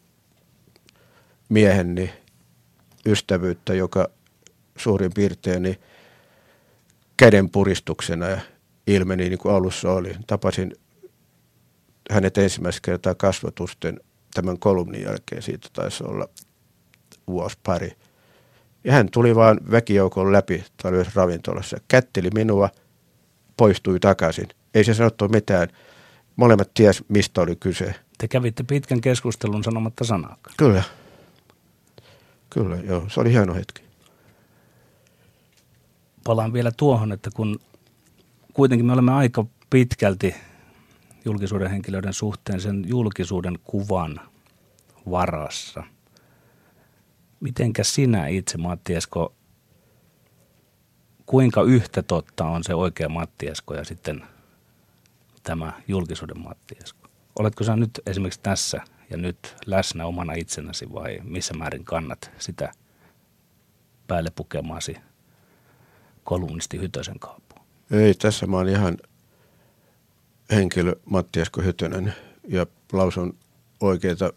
Speaker 3: miehen niin ystävyyttä, joka suurin piirtein niin käden puristuksena ja ilmeni niin kuin alussa oli. Tapasin hänet ensimmäistä kertaa kasvatusten tämän kolumnin jälkeen, siitä taisi olla vuosi pari. Ja hän tuli vaan väkijoukon läpi talvessa ravintolassa, kätteli minua, poistui takaisin. Ei se sanottu mitään. Molemmat ties, mistä oli kyse.
Speaker 2: Te kävitte pitkän keskustelun sanomatta sanaakaan.
Speaker 3: Kyllä. Kyllä, joo. Se oli hieno hetki.
Speaker 2: Palaan vielä tuohon, että kun kuitenkin me olemme aika pitkälti julkisuuden henkilöiden suhteen sen julkisuuden kuvan varassa. Mitenkä sinä itse, Matti Esko, kuinka yhtä totta on se oikea Matti Esko ja sitten tämä julkisuuden Matti Esko? Oletko sä nyt esimerkiksi tässä ja nyt läsnä omana itsenäsi vai missä määrin kannat sitä päälle pukemaasi kolumnisti Hytösen kaapua?
Speaker 3: Ei, tässä mä oon ihan henkilö Matti Esko Hytönen ja lausun oikeita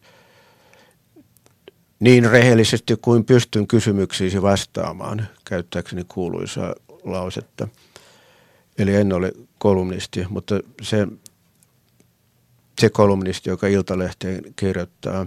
Speaker 3: niin rehellisesti kuin pystyn kysymyksiisi vastaamaan, käyttääkseni kuuluisaa lausetta. Eli en ole kolumnisti, mutta se, se kolumnisti, joka Iltalehteen kirjoittaa,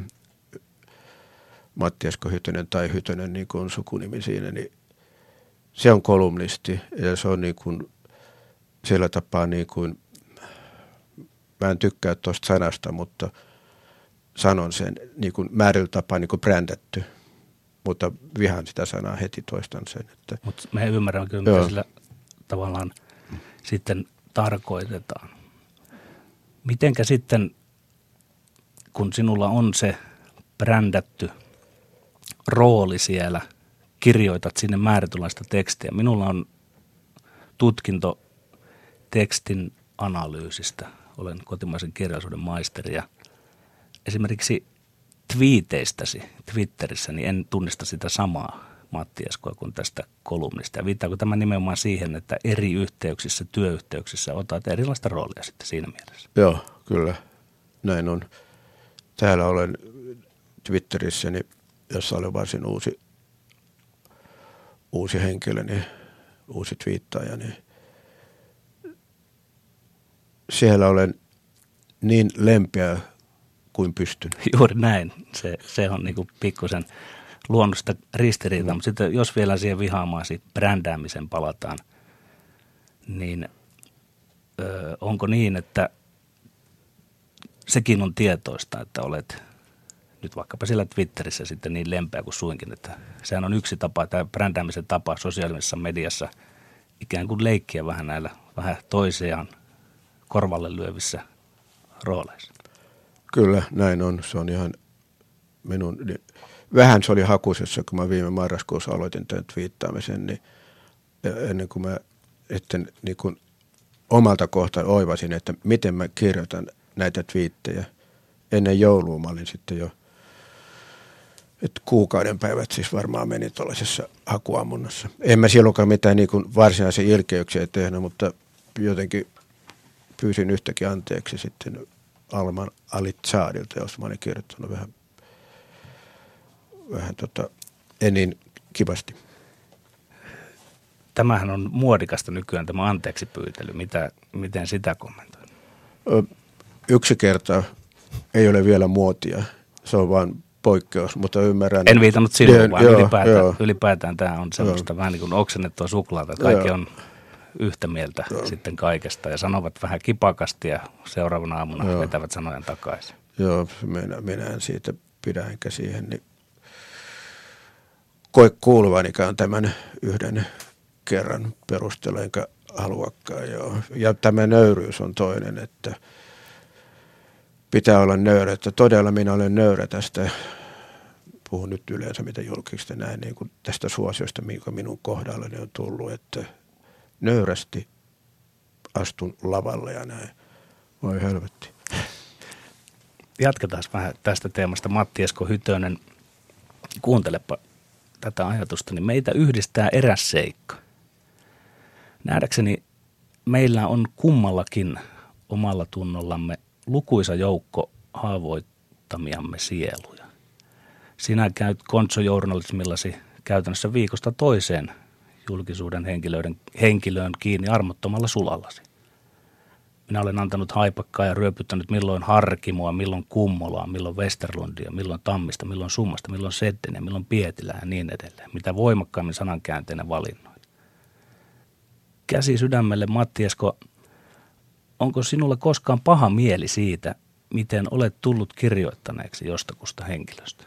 Speaker 3: Matti Esko Hytönen tai Hytönen, niin kuin on sukunimi siinä, niin se on kolumnisti ja se on niin kuin sillä tapaa niin kuin, mä en tykkää tuosta sanasta, mutta sanon sen niin kuin määrällä tapaa niin kuin brändätty, mutta vihaan sitä sanaa heti, toistan sen. Että
Speaker 2: mutta me ymmärrämme kyllä, mitä joo. Sillä tavallaan sitten tarkoitetaan. Mitenkä sitten, kun sinulla on se brändätty rooli siellä, kirjoitat sinne määrätynlaista tekstiä. Minulla on tutkinto tekstin analyysistä. Olen kotimaisen kirjallisuuden maisteri ja esimerkiksi twiiteistäsi Twitterissä, niin en tunnista sitä samaa Matti Eskoa kuin tästä kolumnista. Ja viittaako tämä nimenomaan siihen, että eri yhteyksissä, työyhteyksissä otat erilaista roolia sitten siinä mielessä?
Speaker 3: Joo, kyllä. Näin on. Täällä olen Twitterissäni, jossa olen varsin uusi, uusi henkilö, niin, uusi twiittaaja, niin siellä olen niin lempeä kuin pystyn.
Speaker 2: Juuri näin. Se, se on niin kuin pikkusen luonnosta ristiriitaa, mm. mutta sitten jos vielä siihen vihaamaasi brändäämisen palataan, niin ö, onko niin, että sekin on tietoista, että olet nyt vaikkapa siellä Twitterissä sitten niin lempeä kuin suinkin, että sehän on yksi tapa, tämä brändäämisen tapa sosiaalisessa mediassa ikään kuin leikkiä vähän näillä vähän toisiaan korvalle lyövissä rooleissa.
Speaker 3: Kyllä, näin on. Se on ihan minun, vähän se oli hakusessa, kun mä viime marraskuussa aloitin tämän twiittaamisen, niin ennen kuin mä etten niin kuin omalta kohtaa oivasin, että miten mä kirjoitan näitä twiittejä. Ennen joulua mä olin sitten jo, että kuukauden päivät siis varmaan meni tuollaisessa hakuammunnassa. En mä silloinkaan mitään niin kuin varsinaisia ilkeyksiä tehnyt, mutta jotenkin pyysin yhtäkin anteeksi sitten Alman Alitsaadilta, jos mä olin kirjoittanut vähän, vähän tota, en niin kivasti.
Speaker 2: tämähän on muodikasta nykyään tämä anteeksi pyytely. Mitä, miten sitä kommentoi?
Speaker 3: Yksi kerta ei ole vielä muotia. Se on vain poikkeus, mutta ymmärrän.
Speaker 2: En viitannut silloin, vaan
Speaker 3: joo,
Speaker 2: ylipäätään,
Speaker 3: joo.
Speaker 2: ylipäätään tämä on semmoista joo. vähän niin kuin oksennettua suklaata, että kaikki joo. on yhtä mieltä joo. sitten kaikesta ja sanovat vähän kipakasti ja seuraavana aamuna joo. vetävät sanojan takaisin.
Speaker 3: Joo, minä, minä en siitä pidä enkä siihen, niin koe kuuluvanikaan tämän yhden kerran perusteella, enkä haluakaan. Joo. Ja tämä nöyryys on toinen, että pitää olla nöyrä, että todella minä olen nöyrä tästä, puhun nyt yleensä mitä julkisesti näin, niin kuin tästä suosiosta, mikä minun kohdallani on tullut, että nöyrästi astun lavalle ja näin. Voi helvetti.
Speaker 2: Jatketaan vähän tästä teemasta. Matti Esko Hytönen, kuuntelepa tätä ajatusta, niin meitä yhdistää eräs seikka. Nähdäkseni meillä on kummallakin omalla tunnollamme lukuisa joukko haavoittamiamme sieluja. Sinä käyt konsojournalismillasi käytännössä viikosta toiseen julkisuuden henkilöiden, henkilöön kiinni armottomalla sulallasi. Minä olen antanut haipakkaa ja ryöpyttänyt milloin Harkimoa, milloin Kummolaa, milloin Westerlundia, milloin Tammista, milloin Summasta, milloin Seddeniä, milloin Pietilää ja niin edelleen. Mitä voimakkaammin sanankäänteenä valinnoin. Käsi sydämelle, Matti Esko, onko sinulla koskaan paha mieli siitä, miten olet tullut kirjoittaneeksi jostakusta henkilöstä?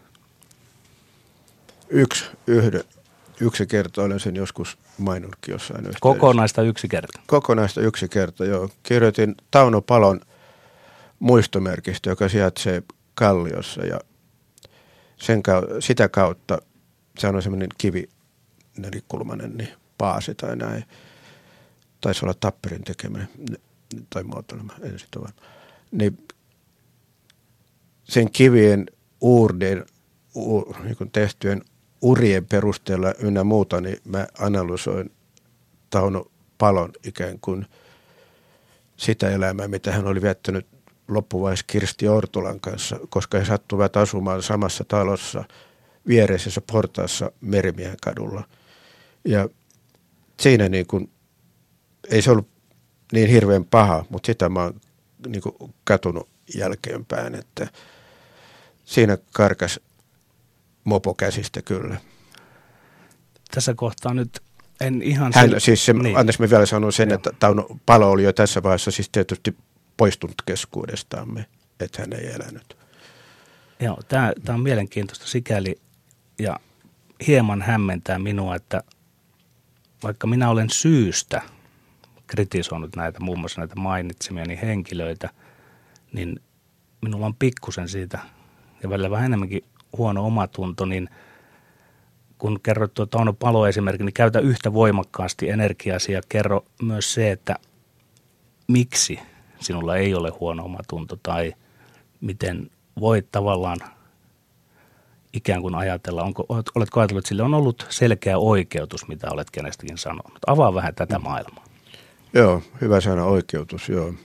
Speaker 3: Yksi, yhden, yksi kerta olen sen joskus maininnutkin jossain yhteydessä.
Speaker 2: Kokonaista yksi kerta?
Speaker 3: Kokonaista yksi kerta, joo. Kirjoitin Tauno Palon muistomerkistä, joka sijaitsee Kalliossa ja sen, sitä kautta, se on semmoinen kivi nelikulmainen niin paasi tai näin. Taisi olla Tapperin tekeminen tai muotoilema, en sitä vaan. Niin sen kivien uurden, u, niin tehtyjen urien perusteella ynnä muuta, niin mä analysoin Tauno Palon ikään kuin sitä elämää, mitä hän oli viettänyt loppuvaiheessa Kirsti Ortulan kanssa, koska he sattuvat asumaan samassa talossa viereisessä portaassa Merimiehen kadulla. Ja siinä niin kuin, ei se ollut niin hirveän paha, mutta sitä mä oon niin kuin katunut jälkeenpäin, että siinä karkas mopo käsistä kyllä.
Speaker 2: Tässä kohtaa nyt en ihan...
Speaker 3: Hän,
Speaker 2: sel...
Speaker 3: siis se,
Speaker 2: niin.
Speaker 3: anteeksi mä vielä sanon sen, Joo. että Tauno Palo oli jo tässä vaiheessa siis tietysti poistunut keskuudestamme, että hän ei elänyt.
Speaker 2: Joo, tämä on mielenkiintoista sikäli ja hieman hämmentää minua, että vaikka minä olen syystä kritisoinut näitä, muun muassa näitä mainitsemiani henkilöitä, niin minulla on pikkusen siitä ja välillä vähän enemmänkin huono omatunto, niin kun kerroit tuo Tauno Palo esimerkki, niin käytä yhtä voimakkaasti energiasi ja kerro myös se, että miksi sinulla ei ole huono omatunto tai miten voit tavallaan ikään kuin ajatella, onko, oletko ajatellut, että sille on ollut selkeä oikeutus, mitä olet kenestäkin sanonut. Avaa vähän tätä maailmaa.
Speaker 3: Joo, hyvä sana oikeutus, joo.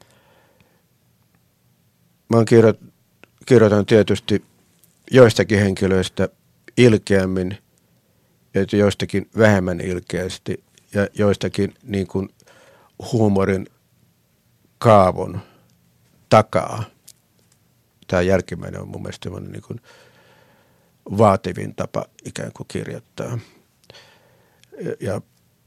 Speaker 3: Mä oon kirjo, kirjoitan tietysti joistakin henkilöistä ilkeämmin, ja joistakin vähemmän ilkeästi, ja joistakin niin kuin huumorin kaavon takaa. Tämä jälkimmäinen on mun mielestä niin kuin vaativin tapa ikään kuin kirjoittaa. Ja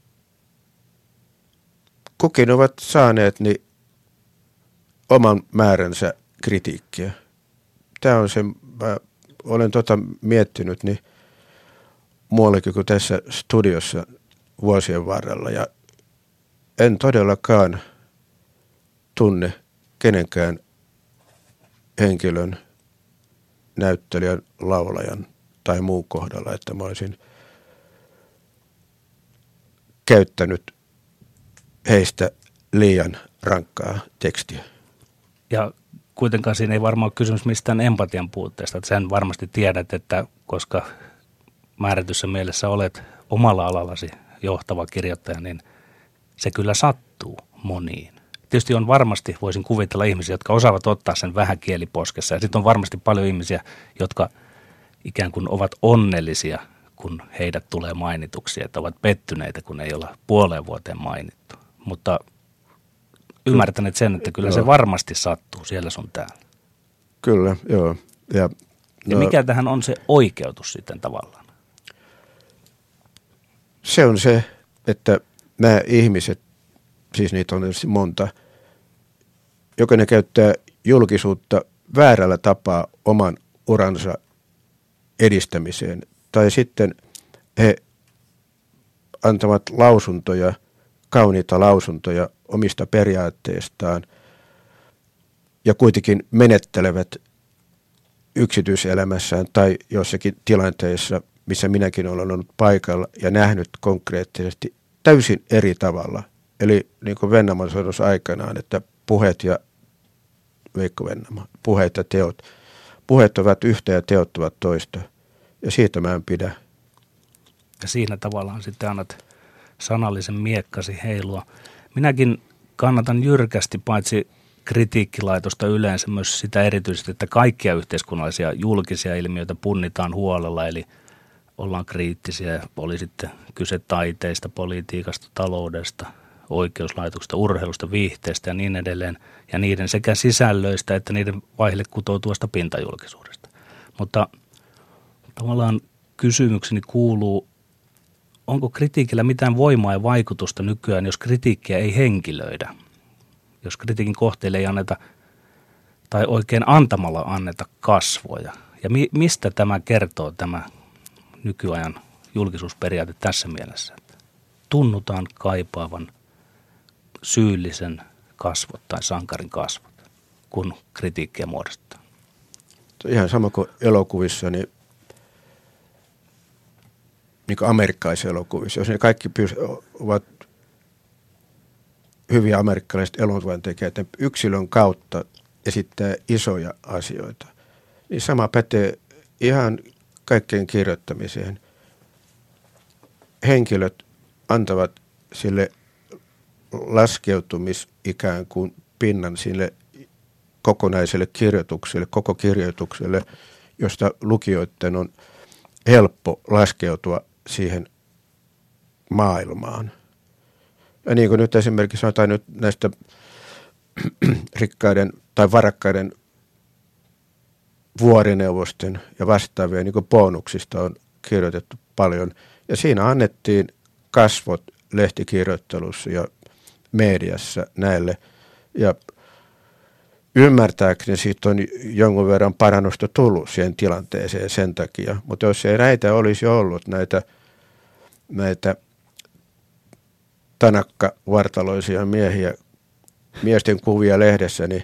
Speaker 3: kukin ovat saaneet niin oman määränsä kritiikkiä. Tämä on se, mä olen tota miettinyt niin muuallekin kuin tässä studiossa vuosien varrella ja en todellakaan tunne kenenkään henkilön, näyttelijän, laulajan tai muun kohdalla, että mä olisin käyttänyt heistä liian rankkaa tekstiä.
Speaker 2: Ja kuitenkaan siinä ei varmaan ole kysymys mistään empatian puutteesta. Että sen varmasti tiedät, että koska määrätyssä mielessä olet omalla alallasi johtava kirjoittaja, niin se kyllä sattuu moniin. Tietysti on varmasti, voisin kuvitella ihmisiä, jotka osaavat ottaa sen vähän kieliposkessa. Ja sitten on varmasti paljon ihmisiä, jotka ikään kuin ovat onnellisia, kun heidät tulee mainituksi, että ovat pettyneitä, kun ei olla puoleen vuoteen mainittu. Mutta ymmärtäneet sen, että kyllä joo. se varmasti sattuu siellä sun täällä.
Speaker 3: Kyllä, joo. Ja, no,
Speaker 2: ja mikä tähän on se oikeutus sitten tavallaan?
Speaker 3: Se on se, että nämä ihmiset, siis niitä on monta, jokainen käyttää julkisuutta väärällä tapaa oman uransa edistämiseen. Tai sitten he antavat lausuntoja, kauniita lausuntoja omista periaatteistaan ja kuitenkin menettelevät yksityiselämässään tai jossakin tilanteessa, missä minäkin olen ollut paikalla ja nähnyt konkreettisesti täysin eri tavalla. Eli niin kuin Vennamon sanoi aikanaan, että puheet ja Veikko Vennamo, puheet ja teot. Puheet ovat yhtä ja teot ovat toista. Ja siitä mä en pidä.
Speaker 2: Ja siinä tavallaan sitten annat sanallisen miekkasi heilua. Minäkin kannatan jyrkästi paitsi kritiikkilaitosta yleensä myös sitä erityisesti, että kaikkia yhteiskunnallisia julkisia ilmiöitä punnitaan huolella, eli ollaan kriittisiä, oli sitten kyse taiteista, politiikasta, taloudesta, oikeuslaitoksesta, urheilusta, viihteestä ja niin edelleen, ja niiden sekä sisällöistä että niiden vaihille kutoutuvasta pintajulkisuudesta. Mutta tavallaan kysymykseni kuuluu, onko kritiikillä mitään voimaa ja vaikutusta nykyään, jos kritiikkiä ei henkilöidä? Jos kritiikin kohteille ei anneta, tai oikein antamalla anneta kasvoja. Ja mi- mistä tämä kertoo, tämä nykyajan julkisuusperiaate tässä mielessä? Että tunnutaan kaipaavan syyllisen kasvot tai sankarin kasvot, kun kritiikkiä muodostetaan.
Speaker 3: Ihan sama kuin elokuvissa, niin, niin kuin amerikkalaisissa elokuvissa, jos ne kaikki pyys- ovat hyviä amerikkalaiset elokuvantekijät, ne yksilön kautta esittää isoja asioita, niin sama pätee ihan kaikkeen kirjoittamiseen. Henkilöt antavat sille laskeutumis ikään kuin pinnan sille kokonaiselle kirjoitukselle, koko kirjoitukselle, josta lukijoiden on helppo laskeutua siihen maailmaan. Ja niin kuin nyt esimerkiksi sanotaan nyt näistä rikkaiden tai varakkaiden vuorineuvosten ja vastaavia niin kuin bonuksista on kirjoitettu paljon. Ja siinä annettiin kasvot lehtikirjoittelussa ja mediassa näille. Ja ymmärtääkseni siitä on jonkun verran parannusta tullut siihen tilanteeseen sen takia. Mutta jos ei näitä olisi ollut, näitä, näitä tanakkavartaloisia miehiä, miesten kuvia lehdessä, niin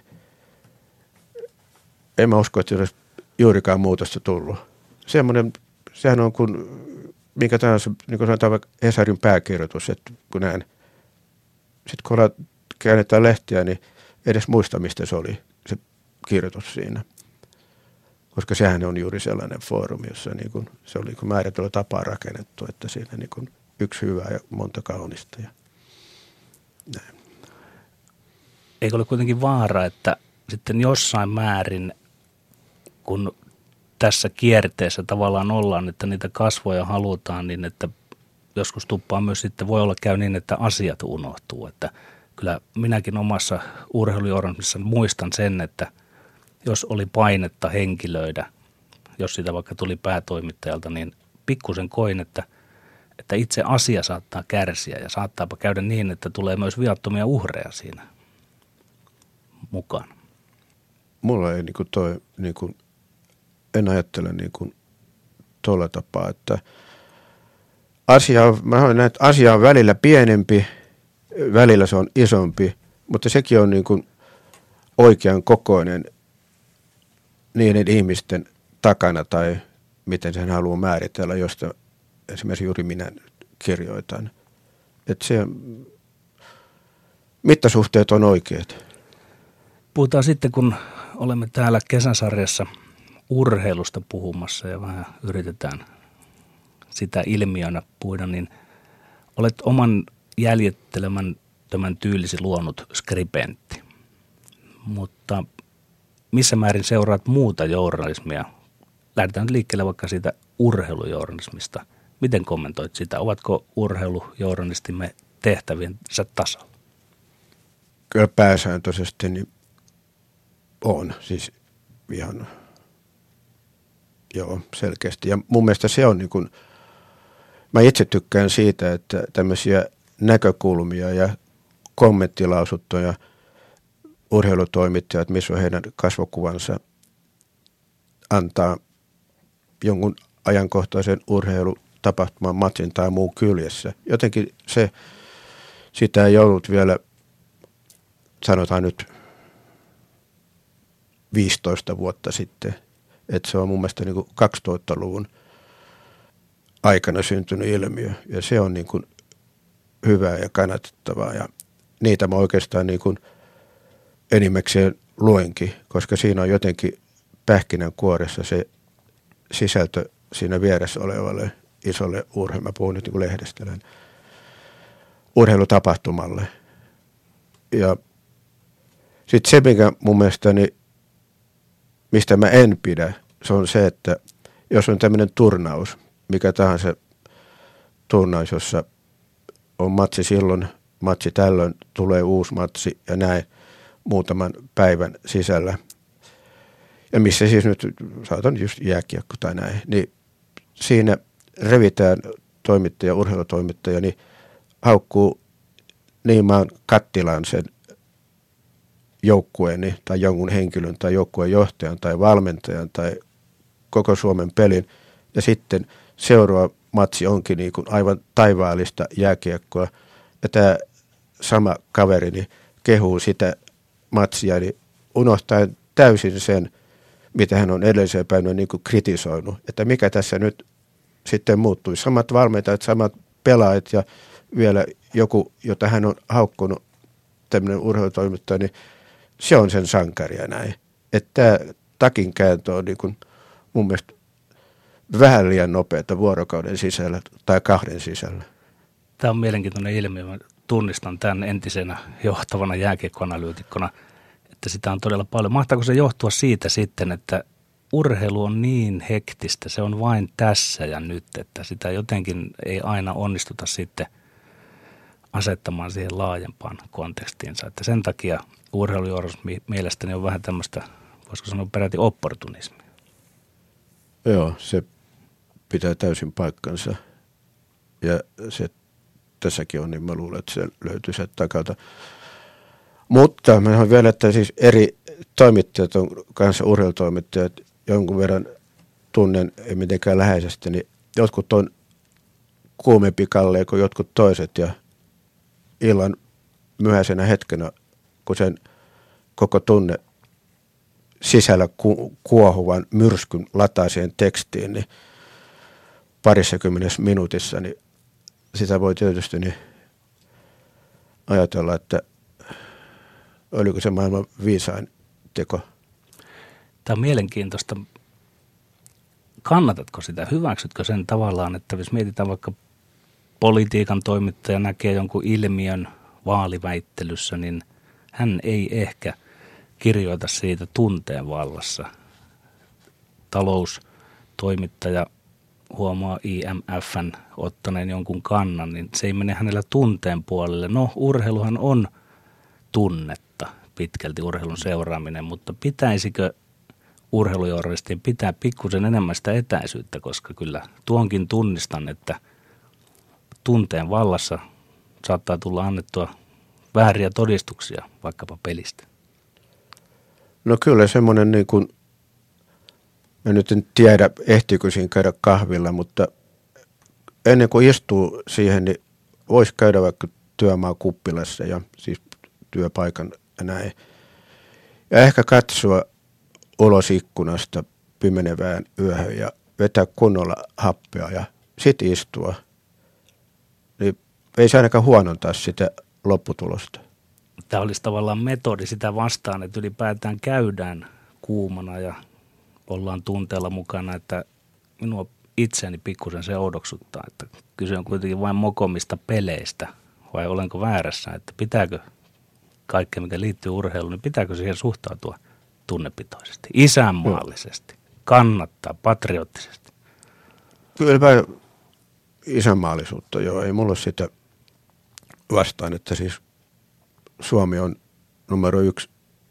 Speaker 3: en mä usko, että olisi juurikaan muutosta tullut. Semmoinen, sehän on kuin minkä tahansa, niin kuin sanotaan vaikka Hesarin pääkirjoitus, että kun näen, sitten kun käännetään lehtiä, niin edes muista, mistä se oli se kirjoitus siinä. Koska sehän on juuri sellainen foorumi, jossa niin kuin, se oli niin määrätyllä tapaa rakennettu, että siinä niin kuin yksi hyvä ja monta kaunista. Ja näin.
Speaker 2: Eikö ole kuitenkin vaara, että sitten jossain määrin, kun tässä kierteessä tavallaan ollaan, että niitä kasvoja halutaan, niin että joskus tuppaa myös sitten voi olla käy niin, että asiat unohtuu. Että kyllä minäkin omassa urheilujournalismissa muistan sen, että jos oli painetta henkilöidä, jos sitä vaikka tuli päätoimittajalta, niin pikkusen koin, että, että itse asia saattaa kärsiä ja saattaapa käydä niin, että tulee myös viattomia uhreja siinä mukaan.
Speaker 3: Mulla ei niin kuin toi, niin kuin, en ajattele niin kuin tuolla tapaa, että asia on, mä näen, että asia on välillä pienempi, välillä se on isompi, mutta sekin on niin kuin oikean kokoinen niiden ihmisten takana tai miten sen haluaa määritellä, josta esimerkiksi juuri minä kirjoitan. Että se mittasuhteet on oikeat.
Speaker 2: Puhutaan sitten, kun olemme täällä kesäsarjassa urheilusta puhumassa ja vähän yritetään sitä ilmiönä puida, niin olet oman jäljittelemän tämän tyylisi luonut skribentti. Mutta missä määrin seuraat muuta journalismia? Lähdetään nyt liikkeelle vaikka siitä urheilujournalismista. Miten kommentoit sitä? Ovatko urheilujournalistimme tehtäviensä tasalla?
Speaker 3: Kyllä pääsääntöisesti niin on. Siis ihan joo, selkeästi. Ja mun mielestä se on niin kuin, mä itse tykkään siitä, että tämmöisiä näkökulmia ja kommenttilausuttuja urheilutoimittajat, missä on heidän kasvokuvansa, antaa jonkun ajankohtaisen urheilutapahtuman, matsin tai muun kyljessä. Jotenkin se, sitä ei ollut vielä, sanotaan nyt viisitoista vuotta sitten, että se on mun mielestä niin kuin kaksituhattaluvun aikana syntynyt ilmiö, ja se on niin kuin hyvää ja kannatettavaa, ja niitä mä oikeastaan niin kuin enimmäkseen luenkin, koska siinä on jotenkin pähkinänkuoressa se sisältö siinä vieressä olevalle isolle urheilu, mä puhun nyt niin kuin lehdestä, urheilutapahtumalle. Ja sitten se, mikä mun mielestäni, mistä mä en pidä, se on se, että jos on tämmöinen turnaus, mikä tahansa turnaus, jossa on matsi silloin, matsi tällöin, tulee uusi matsi ja näin muutaman päivän sisällä. Ja missä siis nyt, saatan just jääkiekko tai näin, niin siinä revitään toimittaja, urheilutoimittaja, niin haukkuu niin maan kattilaan sen joukkueeni tai jonkun henkilön tai joukkueen johtajan tai valmentajan tai koko Suomen pelin. Ja sitten seuraava matsi onkin niin kuin aivan taivaallista jääkiekkoa. Ja tämä sama kaveri niin kehuu sitä matsia, niin unohtaen täysin sen, mitä hän on edelliseen päivänä niin kuin kritisoinut. Että mikä tässä nyt sitten muuttui. Samat valmentajat, samat pelaajat ja vielä joku, jota hän on haukkunut, tämmöinen urheilutoimittaja, niin se on sen sankaria näin. Että tämä takin kääntö on niin kuin mun mielestä vähän liian nopeata vuorokauden sisällä tai kahden sisällä.
Speaker 2: Tämä on mielenkiintoinen ilmiö. Mä tunnistan tämän entisenä johtavana jääkiekkoanalyytikkona, että sitä on todella paljon. Mahtaako se johtua siitä sitten, että urheilu on niin hektistä, se on vain tässä ja nyt, että sitä jotenkin ei aina onnistuta sitten asettamaan siihen laajempaan kontekstiinsa. Että sen takia urheilujournalismi mielestäni on vähän tämmöistä, voisiko sanoa peräti opportunismia.
Speaker 3: Joo, se pitää täysin paikkansa. Ja se tässäkin on, niin mä luulen, että se löytyy sieltä takalta. Mutta mä sanon vielä, että siis eri toimittajat on kanssa urheilutoimittajat, jonkun verran tunnen, ei mitenkään läheisesti, niin jotkut on kuumempi kalleja kuin jotkut toiset, ja illan myöhäisenä hetkenä, kun sen koko tunne sisällä ku- kuohuvan myrskyn lataa siihen tekstiin, niin parissakymmenessä minuutissa, niin sitä voi tietysti niin ajatella, että oliko se maailman viisain teko.
Speaker 2: Tämä on mielenkiintoista. Kannatatko sitä? Hyväksytkö sen tavallaan, että jos mietitään vaikka politiikan toimittaja näkee jonkun ilmiön vaaliväittelyssä, niin hän ei ehkä kirjoita siitä tunteen vallassa. Taloustoimittaja huomaa I M F:n ottaneen jonkun kannan, niin se ei mene hänellä tunteen puolelle. No, urheiluhan on tunnetta, pitkälti urheilun seuraaminen, mutta pitäisikö urheilujournalistien pitää pikkusen enemmän sitä etäisyyttä, koska kyllä tuonkin tunnistan, että tunteen vallassa saattaa tulla annettua vääriä todistuksia vaikkapa pelistä.
Speaker 3: No kyllä semmoinen niin kuin, mä nyt en tiedä ehtiikö siinä käydä kahvilla, mutta ennen kuin istuu siihen, niin voisi käydä vaikka työmaa kuppilassa ja siis työpaikan ja näin. Ja ehkä katsoa ulos ikkunasta pimenevään yöhön ja vetää kunnolla happea ja sitten istua. Niin ei se ainakaan huonontaa sitä lopputulosta.
Speaker 2: Tämä olisi tavallaan metodi sitä vastaan, että ylipäätään käydään kuumana ja ollaan tunteella mukana, että minua itseäni pikkusen se oudoksuttaa, että kyse on kuitenkin vain mokomista peleistä, vai olenko väärässä, että pitääkö kaikkea, mikä liittyy urheiluun, niin pitääkö siihen suhtautua tunnepitoisesti, isänmaallisesti, kannattaa, patriottisesti?
Speaker 3: Kyllä mä isänmaallisuutta, joo. Ei mulla ole sitä vastaan, että siis Suomi on numero yksi,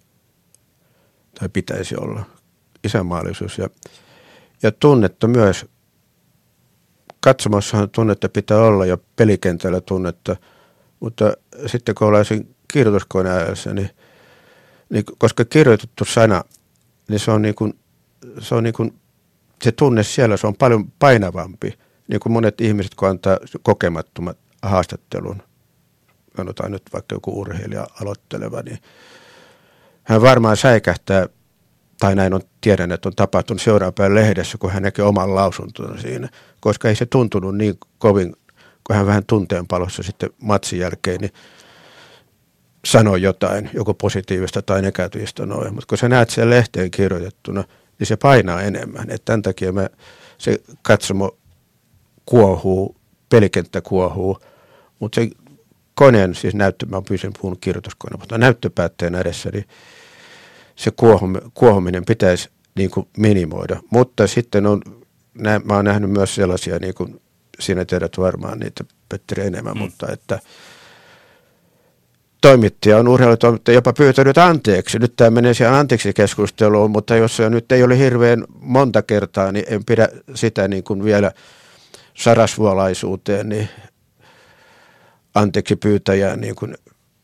Speaker 3: tai pitäisi olla, isänmaallisuus. Ja, ja tunnetta myös. Katsomossahan tunnetta pitää olla ja pelikentällä tunnetta, mutta sitten kun ollaan siinä kirjoituskoneen ääressä, niin, niin koska kirjoitettu sana, niin se on niin kuin, se on niin kuin, se tunne siellä, se on paljon painavampi, niin kuin monet ihmiset, kun antaa kokemattomat haastattelun, sanotaan nyt vaikka joku urheilija aloitteleva, niin hän varmaan säikähtää, tai näin on, tiedän, että on tapahtunut seuraavan päivän lehdessä, kun hän näkee oman lausuntonsa siinä, koska ei se tuntunut niin kovin, kun hän vähän tunteenpalossa sitten matsin jälkeen, niin sanoi jotain, joko positiivista tai negatiivista noin, mutta kun sä näet sen lehteen kirjoitettuna, niin se painaa enemmän, että tämän takia mä, se katsomo kuohuu, pelikenttä kuohuu, mutta se koneen, siis näyttö, mä pyysin puhunut kirjoituskone, mutta näyttöpäätteen edessä, niin se kuohuminen pitäisi niin kuin minimoida. Mutta sitten on, nä, mä oon nähnyt myös sellaisia, niin kuin sinä tiedät varmaan niitä, Petteri, enemmän, mm. mutta että toimittaja on urheilutoimittaja jopa pyytänyt anteeksi. Nyt tämä menee siihen anteeksi keskusteluun, mutta jos se nyt ei ole hirveän monta kertaa, niin en pidä sitä niin kuin vielä sarasvuolaisuuteen, niin anteeksi pyytäjään niin kuin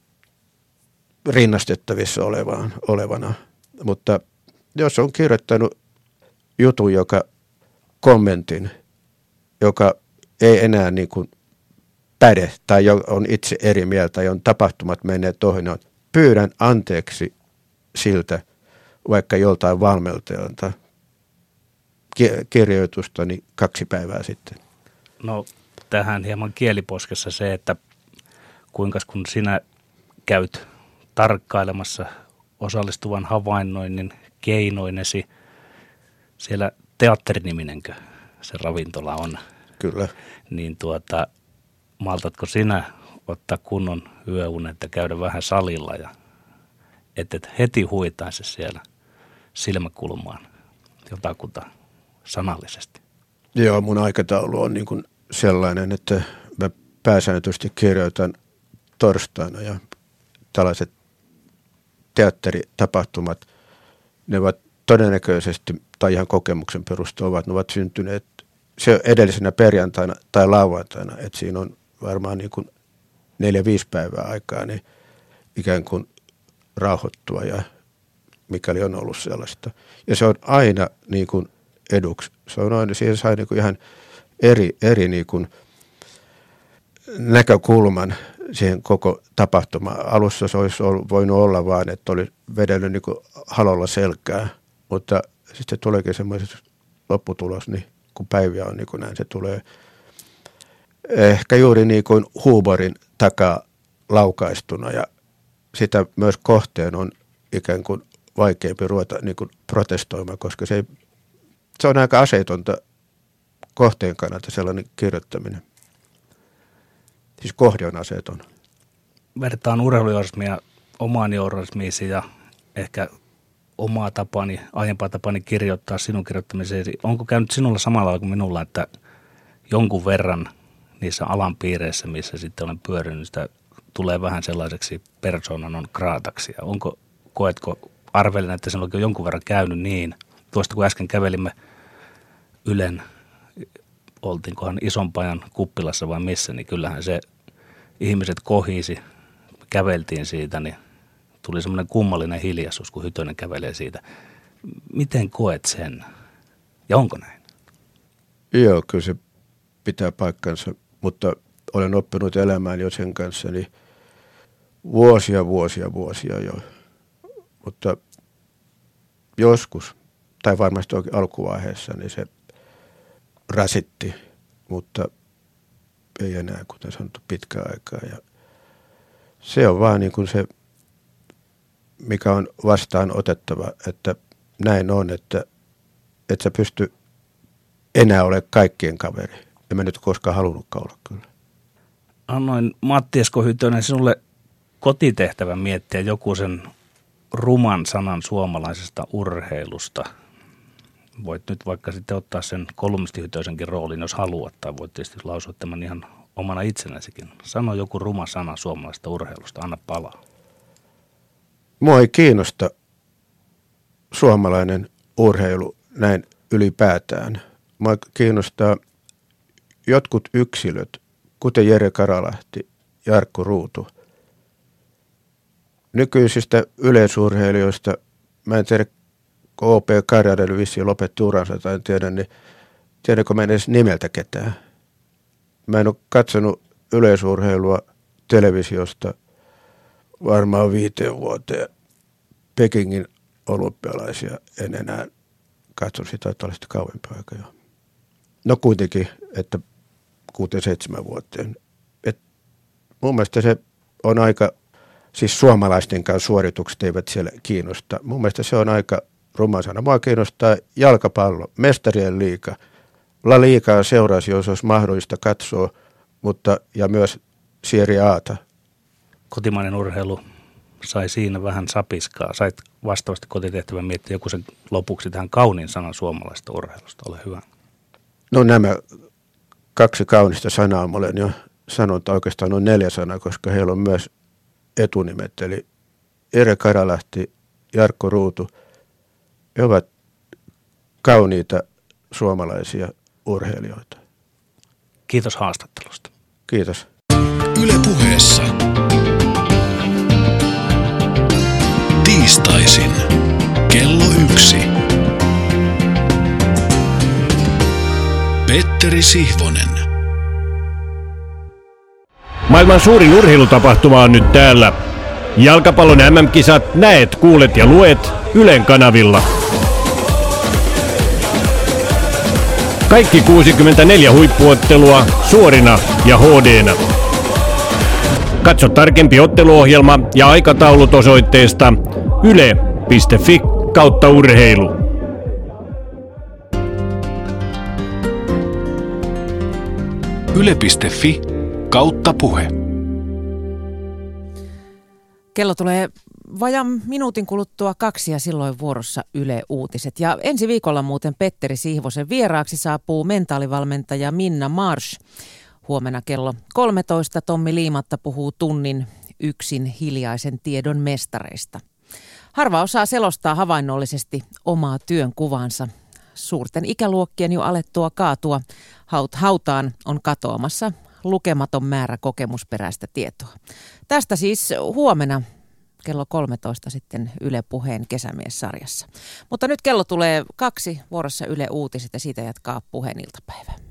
Speaker 3: rinnastettavissa olevaan, olevana. Mutta jos on kirjoittanut jutun, joka kommentin, joka ei enää niin kuin päde tai on itse eri mieltä ja on tapahtumat menneet ohi, niin pyydän anteeksi siltä, vaikka joltain valmentajalta kirjoitustani kaksi päivää sitten.
Speaker 2: No tähän hieman kieliposkessa se, että kuinka kun sinä käyt tarkkailemassa osallistuvan havainnoinnin keinoinesi, siellä teatteriniminenkö se ravintola on?
Speaker 3: Kyllä.
Speaker 2: Niin tuota, maltatko sinä ottaa kunnon yöunen, että käydä vähän salilla ja et, et heti huitaisi siellä silmäkulmaan jotakuta sanallisesti?
Speaker 3: Joo, mun aikataulu on niin kuin sellainen, että mä pääsääntöisesti kirjoitan torstaina ja tällaiset teatteritapahtumat, ne ovat todennäköisesti tai ihan kokemuksen perusteella ovat, ne ovat syntyneet se edellisenä perjantaina tai lauantaina, että siinä on varmaan niin kuin neljä, viisi päivää aikaa, niin ikään kuin rauhoittua ja mikäli on ollut sellaista. Ja se on aina niin kuin eduksi. Se on aina, siihen sai niin kuin ihan eri, eri niin kuin näkökulman siihen koko tapahtumaan. Alussa se olisi ollut, voinut olla vaan, että oli vedellyt niin kuin halolla selkää, mutta sitten tuleekin semmoinen lopputulos, niin kun päiviä on niin kuin näin, se tulee ehkä juuri niin kuin huumorin takaa laukaistuna ja sitä myös kohteen on ikään kuin vaikeampi ruveta niin kuin protestoimaan, koska se, ei, se on aika aseetonta kohteen kannalta sellainen kirjoittaminen. Siis kohde on aseeton.
Speaker 2: Vertaan urheilujournalismia omaan journalismiisi ja ehkä omaa tapani, aiempaa tapani kirjoittaa sinun kirjoittamiseesi. Onko käynyt sinulla samalla lailla kuin minulla, että jonkun verran niissä alan piireissä, missä sitten olen pyörinyt, sitä tulee vähän sellaiseksi persoonan non grataksi. Ja onko, koetko, arvelen, että sinulla on jonkun verran käynyt niin, tuosta kun äsken kävelimme Ylen, oltiinkohan Isonpajan kuppilassa vai missä, niin kyllähän se ihmiset kohisi, käveltiin siitä, niin tuli semmoinen kummallinen hiljaisuus, kun Hytönen kävelee siitä. Miten koet sen? Ja onko näin?
Speaker 3: Joo, kyllä se pitää paikkansa, mutta olen oppinut elämään jo sen kanssa niin vuosia, vuosia, vuosia jo. Mutta joskus, tai varmasti alkuvaiheessa, niin se rasitti, mutta ei enää, kuten sanottu, pitkään aikaa. Ja se on vaan niin kuin se, mikä on vastaan otettava, että näin on, että et sä pysty enää ole kaikkien kaveri. En mä nyt koskaan halunnutkaan olla kyllä.
Speaker 2: Annoin Matti Esko Hytönen sinulle kotitehtävän miettiä joku sen ruman sanan suomalaisesta urheilusta. Voit nyt vaikka sitten ottaa sen kolumnistihytöisenkin roolin, jos haluat, tai voit tietysti lausua tämän ihan omana itsenäisikin. Sano joku ruma sana suomalaisesta urheilusta, anna palaa.
Speaker 3: Mua ei kiinnosta suomalainen urheilu näin ylipäätään. Mua kiinnostaa jotkut yksilöt, kuten Jere Karalahti, Jarkko Ruutu. Nykyisistä yleisurheilijoista, mä en tiedä, kun O P Karjärvi vissiin lopetti uransa tai en tiedä, niin tiedänkö mä en edes nimeltä ketään. Mä en ole katsonut yleisurheilua televisiosta varmaan viiteen vuoteen. Pekingin olympialaisia en enää katso sitä, että olisi kauempaa aikaa jo. No kuitenkin, että kuuteen seitsemän vuoteen. Et mun mielestä se on aika, siis suomalaistenkaan suoritukset eivät siellä kiinnosta. Mun mielestä se on aika ruma sana. Mua kiinnostaa jalkapallo, mestarien liiga. La Ligaa seuraisi, jos olisi mahdollista katsoa, mutta ja myös Serie A:ta.
Speaker 2: Kotimainen urheilu sai siinä vähän sapiskaa. Sait vastaavasti kotitehtävän miettiä joku sen lopuksi tähän kauniin sanan suomalaisesta urheilusta. Ole hyvä.
Speaker 3: No nämä kaksi kaunista sanaa mä olen jo sanonut, oikeastaan on neljä sanaa, koska heillä on myös etunimet. Eli Jere Karalahti, Jarkko Ruutu, he ovat kauniita suomalaisia urheilijoita.
Speaker 2: Kiitos haastattelusta.
Speaker 3: Kiitos.
Speaker 1: Yle Puheessa. Tiistaisin kello yksi. Petteri Sihvonen.
Speaker 4: Maailman suurin urheilutapahtuma on nyt täällä. Jalkapallon M M-kisat näet, kuulet ja luet Ylen kanavilla. Kaikki kuusikymmentäneljä huippuottelua suorina ja H D:nä. Katso tarkempi otteluohjelma ja aikataulut osoitteesta yle piste fi kautta urheilu.
Speaker 1: Yle piste fi kautta puhe.
Speaker 5: Kello tulee vajan minuutin kuluttua kaksi ja silloin vuorossa Yle Uutiset. Ja ensi viikolla muuten Petteri Sihvosen vieraaksi saapuu mentaalivalmentaja Minna Marsh. Huomenna kello kolmetoista Tommi Liimatta puhuu tunnin yksin hiljaisen tiedon mestareista. Harva osaa selostaa havainnollisesti omaa työn kuvaansa. Suurten ikäluokkien jo alettua kaatua haut- hautaan on katoamassa lukematon määrä kokemusperäistä tietoa. Tästä siis huomenna kello kolmetoista sitten Yle Puheen kesämies-sarjassa. Mutta nyt kello tulee kaksi, vuorossa Yle Uutiset ja siitä jatkaa Puheen iltapäivä.